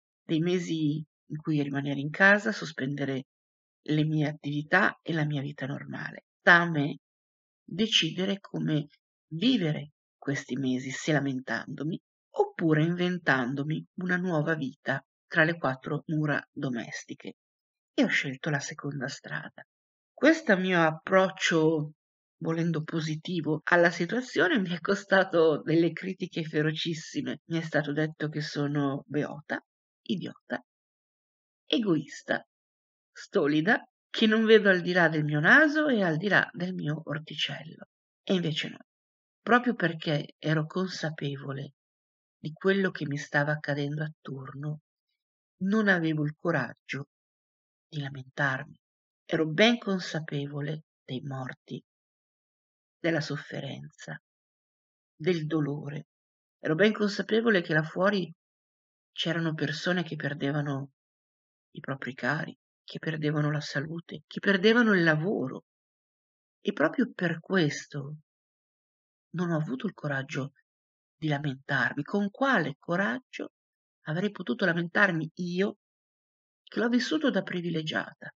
in cui rimanere in casa, sospendere le mie attività e la mia vita normale. Sta a me decidere come vivere questi mesi, se lamentandomi oppure inventandomi una nuova vita tra le 4 mura domestiche. E ho scelto la seconda strada. Questo mio approccio, volendo positivo, alla situazione mi è costato delle critiche ferocissime. Mi è stato detto che sono beota, idiota, egoista, stolida, che non vedo al di là del mio naso e al di là del mio orticello. E invece no, proprio perché ero consapevole di quello che mi stava accadendo attorno, non avevo il coraggio di lamentarmi. Ero ben consapevole dei morti, della sofferenza, del dolore. Ero ben consapevole che là fuori c'erano persone che perdevano i propri cari, che perdevano la salute, che perdevano il lavoro. E proprio per questo non ho avuto il coraggio di lamentarmi. Con quale coraggio avrei potuto lamentarmi io, che l'ho vissuto da privilegiata,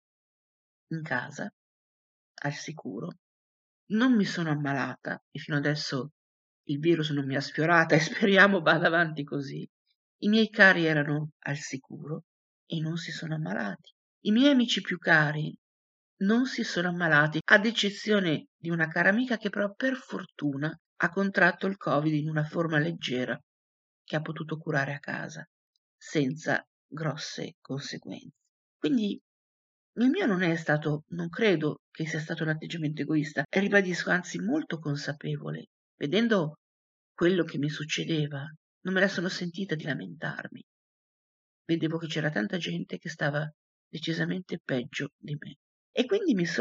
in casa, al sicuro? Non mi sono ammalata e fino adesso il virus non mi ha sfiorata e speriamo vada avanti così. I miei cari erano al sicuro e non si sono ammalati. I miei amici più cari non si sono ammalati, ad eccezione di una cara amica che però per fortuna ha contratto il Covid in una forma leggera che ha potuto curare a casa, senza grosse conseguenze. Quindi il mio non è stato, non credo che sia stato un atteggiamento egoista, e ribadisco, anzi molto consapevole. Vedendo quello che mi succedeva, non me la sono sentita di lamentarmi. Vedevo che c'era tanta gente che stava decisamente peggio di me. E quindi mi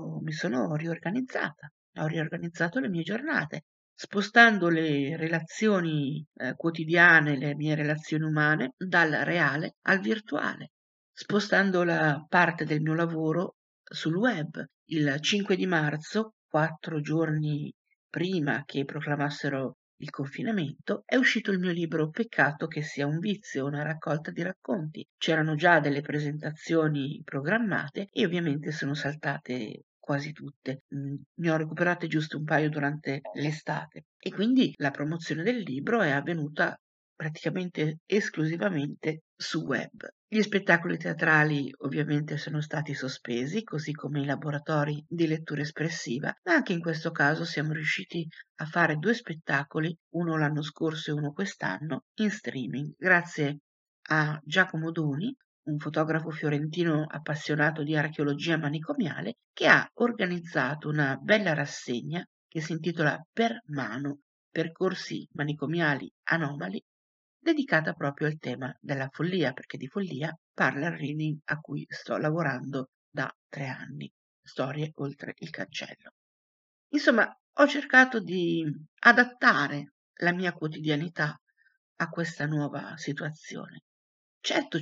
sono riorganizzata. Ho riorganizzato le mie giornate, spostando le relazioni quotidiane, le mie relazioni umane, dal reale al virtuale, spostando la parte del mio lavoro sul web. Il 5 di marzo, 4 giorni prima che proclamassero il confinamento, è uscito il mio libro Peccato che sia un vizio, una raccolta di racconti. C'erano già delle presentazioni programmate e ovviamente sono saltate quasi tutte. Ne ho recuperate giusto un paio durante l'estate e quindi la promozione del libro è avvenuta praticamente esclusivamente su web. Gli spettacoli teatrali ovviamente sono stati sospesi, così come i laboratori di lettura espressiva, ma anche in questo caso siamo riusciti a fare 2 spettacoli, uno l'anno scorso e uno quest'anno, in streaming, grazie a Giacomo Doni, un fotografo fiorentino appassionato di archeologia manicomiale, che ha organizzato una bella rassegna che si intitola Per Mano, percorsi manicomiali anomali, dedicata proprio al tema della follia, perché di follia parla il reading a cui sto lavorando da 3 anni, Storie oltre il cancello. Insomma, ho cercato di adattare la mia quotidianità a questa nuova situazione. Certo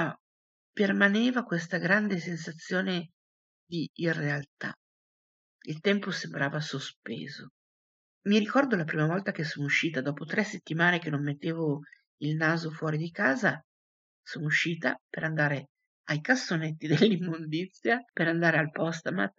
permaneva questa grande sensazione di irrealtà. Il tempo sembrava sospeso. Mi ricordo la prima volta che sono uscita, dopo 3 settimane che non mettevo il naso fuori di casa, sono uscita per andare ai cassonetti dell'immondizia, per andare al postamat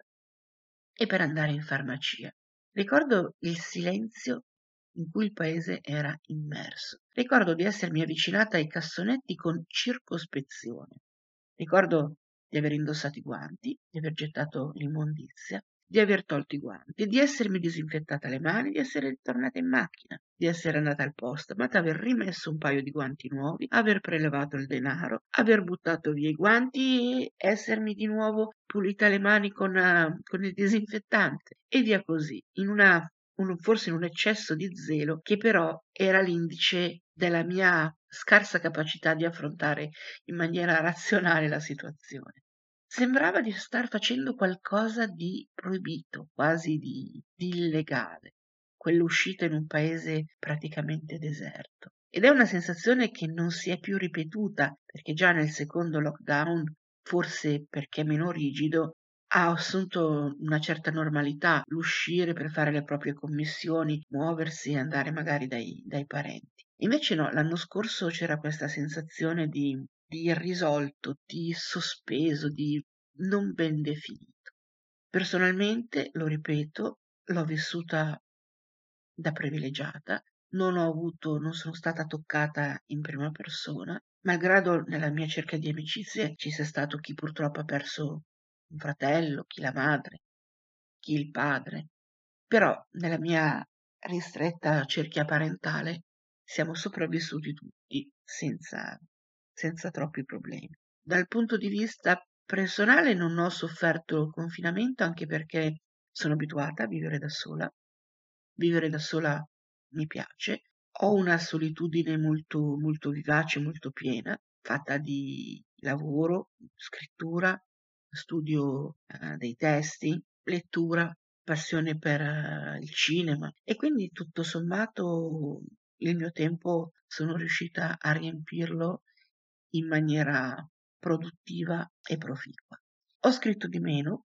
e per andare in farmacia. Ricordo il silenzio in cui il paese era immerso. Ricordo di essermi avvicinata ai cassonetti con circospezione. Ricordo di aver indossato i guanti, di aver gettato l'immondizia, di aver tolto i guanti, di essermi disinfettata le mani, di essere ritornata in macchina, di essere andata al postamat, aver rimesso un paio di guanti nuovi, aver prelevato il denaro, aver buttato via i guanti e essermi di nuovo pulita le mani con il disinfettante e via così, forse in un eccesso di zelo che però era l'indice della mia scarsa capacità di affrontare in maniera razionale la situazione. Sembrava di star facendo qualcosa di proibito, quasi di illegale, quell'uscita in un paese praticamente deserto. Ed è una sensazione che non si è più ripetuta, perché già nel secondo lockdown, forse perché meno rigido, ha assunto una certa normalità l'uscire per fare le proprie commissioni, muoversi e andare magari dai parenti. Invece no, l'anno scorso c'era questa sensazione di irrisolto, di sospeso, di non ben definito. Personalmente, lo ripeto, l'ho vissuta da privilegiata, non sono stata toccata in prima persona, malgrado nella mia cerchia di amicizie ci sia stato chi purtroppo ha perso un fratello, chi la madre, chi il padre. Però nella mia ristretta cerchia parentale siamo sopravvissuti tutti senza troppi problemi. Dal punto di vista personale non ho sofferto il confinamento, anche perché sono abituata a vivere da sola. Vivere da sola mi piace. Ho una solitudine molto, molto vivace, molto piena, fatta di lavoro, scrittura, studio dei testi, lettura, passione per il cinema, e quindi tutto sommato il mio tempo sono riuscita a riempirlo in maniera produttiva e proficua. Ho scritto di meno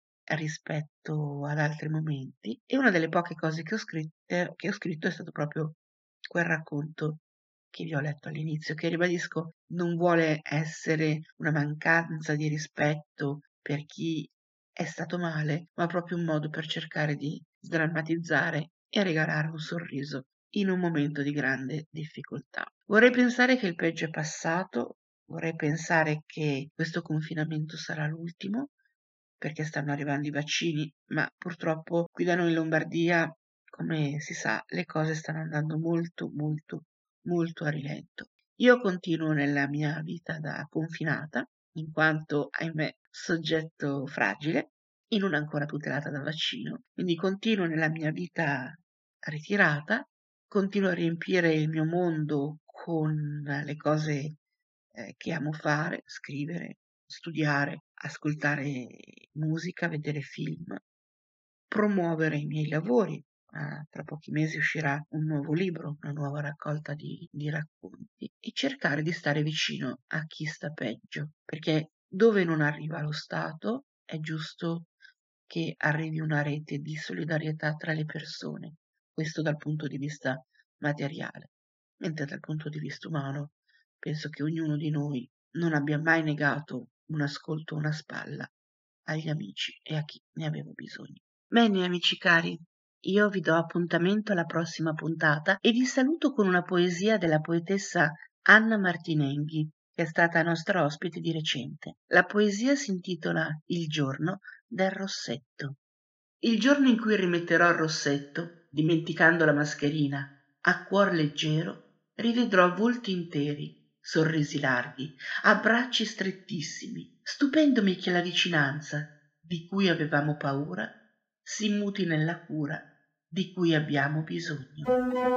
rispetto ad altri momenti, e una delle poche cose che ho scritto è stato proprio quel racconto che vi ho letto all'inizio, che, ribadisco, non vuole essere una mancanza di rispetto per chi è stato male, ma proprio un modo per cercare di sdrammatizzare e regalare un sorriso in un momento di grande difficoltà. Vorrei pensare che il peggio è passato, vorrei pensare che questo confinamento sarà l'ultimo, perché stanno arrivando i vaccini, ma purtroppo qui da noi in Lombardia, come si sa, le cose stanno andando molto, molto, molto a rilento. Io continuo nella mia vita da confinata, in quanto, ahimè, soggetto fragile e non ancora tutelata dal vaccino, quindi continuo nella mia vita ritirata, continuo a riempire il mio mondo con le cose che amo fare, scrivere, studiare, ascoltare musica, vedere film, promuovere i miei lavori. Tra pochi mesi uscirà un nuovo libro, una nuova raccolta di racconti, e cercare di stare vicino a chi sta peggio, perché dove non arriva lo Stato è giusto che arrivi una rete di solidarietà tra le persone, questo dal punto di vista materiale, mentre dal punto di vista umano penso che ognuno di noi non abbia mai negato un ascolto o una spalla agli amici e a chi ne aveva bisogno. Bene, amici cari, io vi do appuntamento alla prossima puntata e vi saluto con una poesia della poetessa Anna Martinenghi, che è stata nostra ospite di recente. La poesia si intitola Il giorno del rossetto. Il giorno in cui rimetterò il rossetto, dimenticando la mascherina, a cuor leggero rivedrò volti interi, sorrisi larghi, abbracci strettissimi, stupendomi che la vicinanza, di cui avevamo paura, si muti nella cura di cui abbiamo bisogno.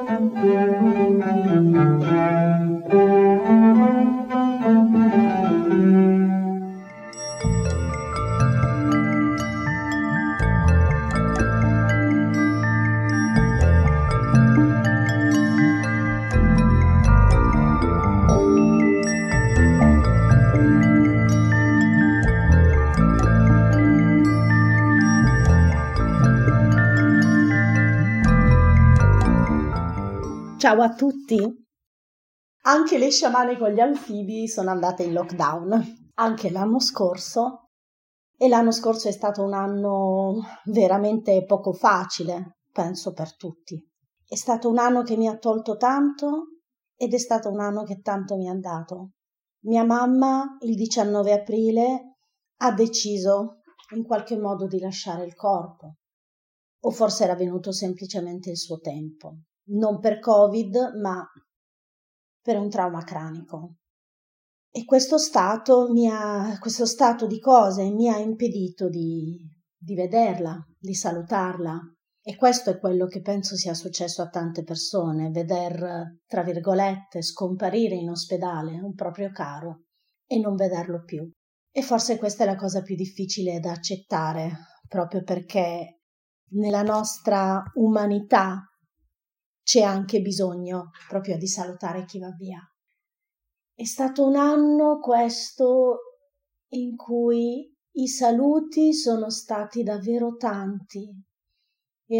Ciao a tutti! Anche le sciamane con gli anfibi sono andate in lockdown, anche l'anno scorso, e l'anno scorso è stato un anno veramente poco facile, penso per tutti. È stato un anno che mi ha tolto tanto ed è stato un anno che tanto mi ha dato. Mia mamma il 19 aprile ha deciso in qualche modo di lasciare il corpo, o forse era venuto semplicemente il suo tempo. Non per Covid, ma per un trauma cranico. E questo stato di cose mi ha impedito di vederla, di salutarla. E questo è quello che penso sia successo a tante persone, veder, tra virgolette, scomparire in ospedale un proprio caro e non vederlo più. E forse questa è la cosa più difficile da accettare, proprio perché nella nostra umanità c'è anche bisogno proprio di salutare chi va via. È stato un anno questo in cui i saluti sono stati davvero tanti e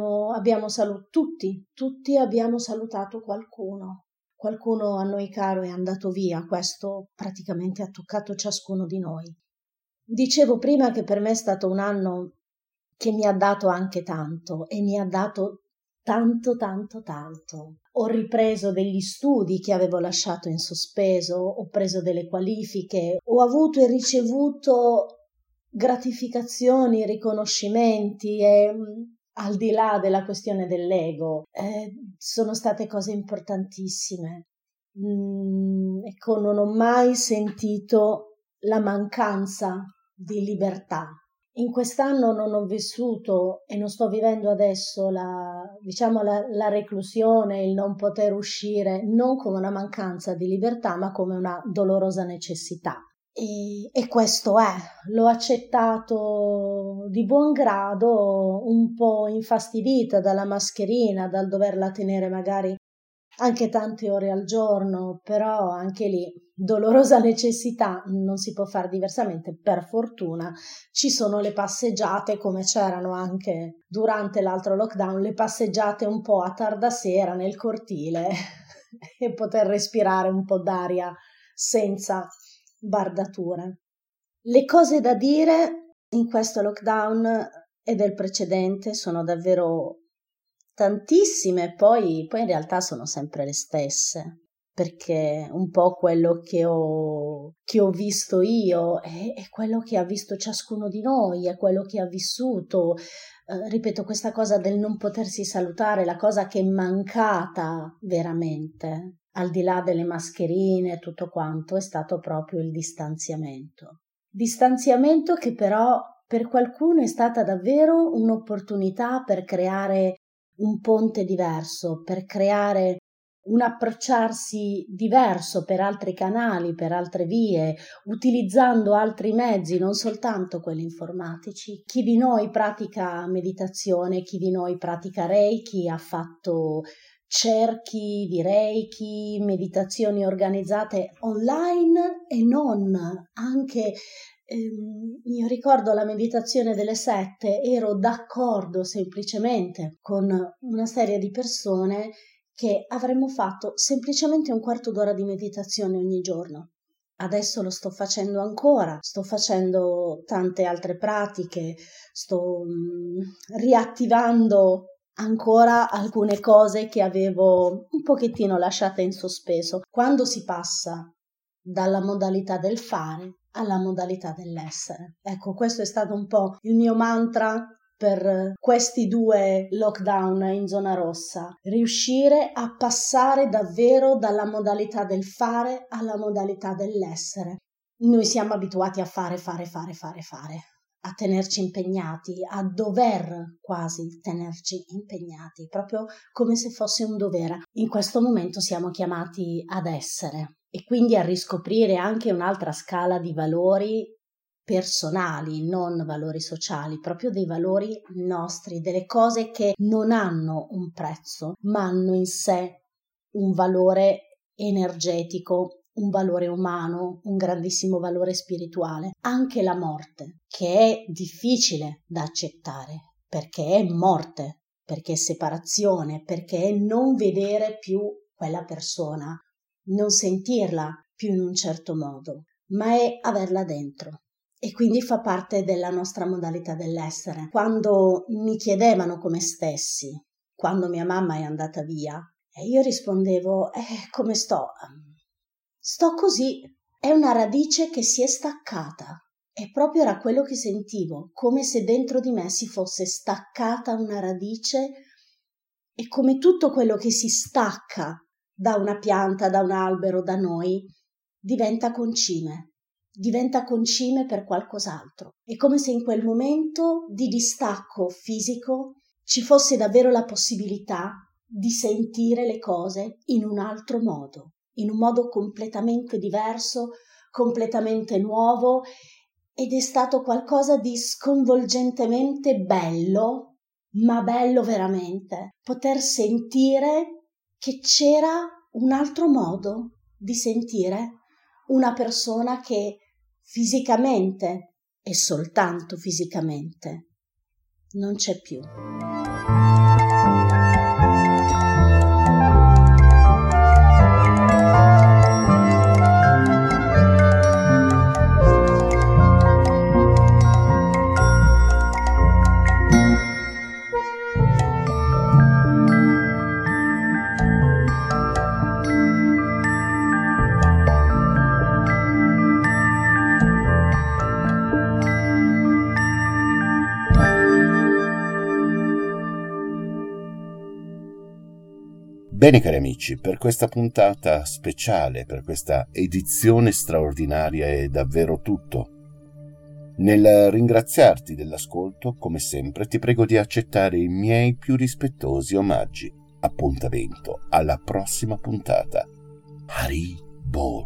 tutti abbiamo salutato qualcuno. Qualcuno a noi caro è andato via, questo praticamente ha toccato ciascuno di noi. Dicevo prima che per me è stato un anno che mi ha dato anche tanto e mi ha dato tanto. Ho ripreso degli studi che avevo lasciato in sospeso, ho preso delle qualifiche, ho avuto e ricevuto gratificazioni, riconoscimenti e al di là della questione dell'ego, sono state cose importantissime. Ecco, non ho mai sentito la mancanza di libertà. In quest'anno non ho vissuto e non sto vivendo adesso la reclusione, il non poter uscire, non come una mancanza di libertà, ma come una dolorosa necessità. E questo l'ho accettato di buon grado, un po' infastidita dalla mascherina, dal doverla tenere magari anche tante ore al giorno, però anche lì dolorosa necessità, non si può fare diversamente. Per fortuna ci sono le passeggiate, come c'erano anche durante l'altro lockdown, le passeggiate un po' a tarda sera nel cortile e poter respirare un po' d'aria senza bardature. Le cose da dire in questo lockdown e del precedente sono davvero tantissime, poi in realtà sono sempre le stesse, perché un po' quello che ho visto io è quello che ha visto ciascuno di noi, è quello che ha vissuto. Ripeto, questa cosa del non potersi salutare, la cosa che è mancata veramente, al di là delle mascherine e tutto quanto, è stato proprio il distanziamento. Distanziamento che però per qualcuno è stata davvero un'opportunità per creare un ponte diverso, per creare un approcciarsi diverso per altri canali, per altre vie, utilizzando altri mezzi, non soltanto quelli informatici. Chi di noi pratica meditazione, chi di noi pratica Reiki, ha fatto cerchi di Reiki, meditazioni organizzate online e non, anche io ricordo la meditazione delle 7, ero d'accordo semplicemente con una serie di persone che avremmo fatto semplicemente un quarto d'ora di meditazione ogni giorno. Adesso lo sto facendo ancora, sto facendo tante altre pratiche, sto riattivando ancora alcune cose che avevo un pochettino lasciate in sospeso. Quando si passa dalla modalità del fare alla modalità dell'essere. Ecco, questo è stato un po' il mio mantra per questi 2 lockdown in zona rossa. Riuscire a passare davvero dalla modalità del fare alla modalità dell'essere. Noi siamo abituati a fare, a tenerci impegnati, a dover quasi tenerci impegnati, proprio come se fosse un dovere. In questo momento siamo chiamati ad essere e quindi a riscoprire anche un'altra scala di valori personali, non valori sociali, proprio dei valori nostri, delle cose che non hanno un prezzo, ma hanno in sé un valore energetico, un valore umano, un grandissimo valore spirituale. Anche la morte, che è difficile da accettare, perché è morte, perché è separazione, perché è non vedere più quella persona, non sentirla più in un certo modo, ma è averla dentro. E quindi fa parte della nostra modalità dell'essere. Quando mi chiedevano come stessi, quando mia mamma è andata via, e io rispondevo, come sto? Sto così, è una radice che si è staccata. E proprio era quello che sentivo, come se dentro di me si fosse staccata una radice e come tutto quello che si stacca da una pianta, da un albero, da noi, diventa concime per qualcos'altro. È come se in quel momento di distacco fisico ci fosse davvero la possibilità di sentire le cose in un altro modo, in un modo completamente diverso, completamente nuovo, ed è stato qualcosa di sconvolgentemente bello, ma bello veramente, poter sentire che c'era un altro modo di sentire una persona che fisicamente e soltanto fisicamente non c'è più. Bene cari amici, per questa puntata speciale, per questa edizione straordinaria è davvero tutto. Nel ringraziarti dell'ascolto, come sempre, ti prego di accettare i miei più rispettosi omaggi. Appuntamento alla prossima puntata. Hari Bol.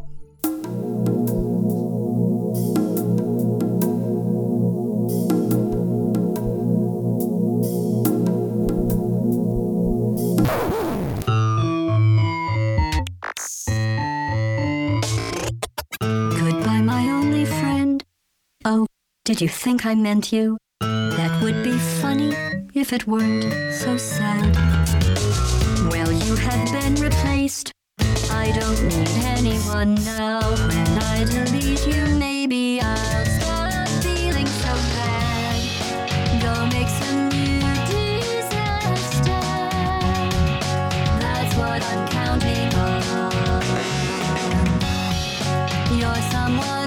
Goodbye, my only friend. Oh, did you think I meant you? That would be funny if it weren't so sad. Well, you have been replaced. I don't need anyone now. When I delete you, maybe I'll stop feeling so bad. Go make some new disaster. That's what I'm counting on. You're someone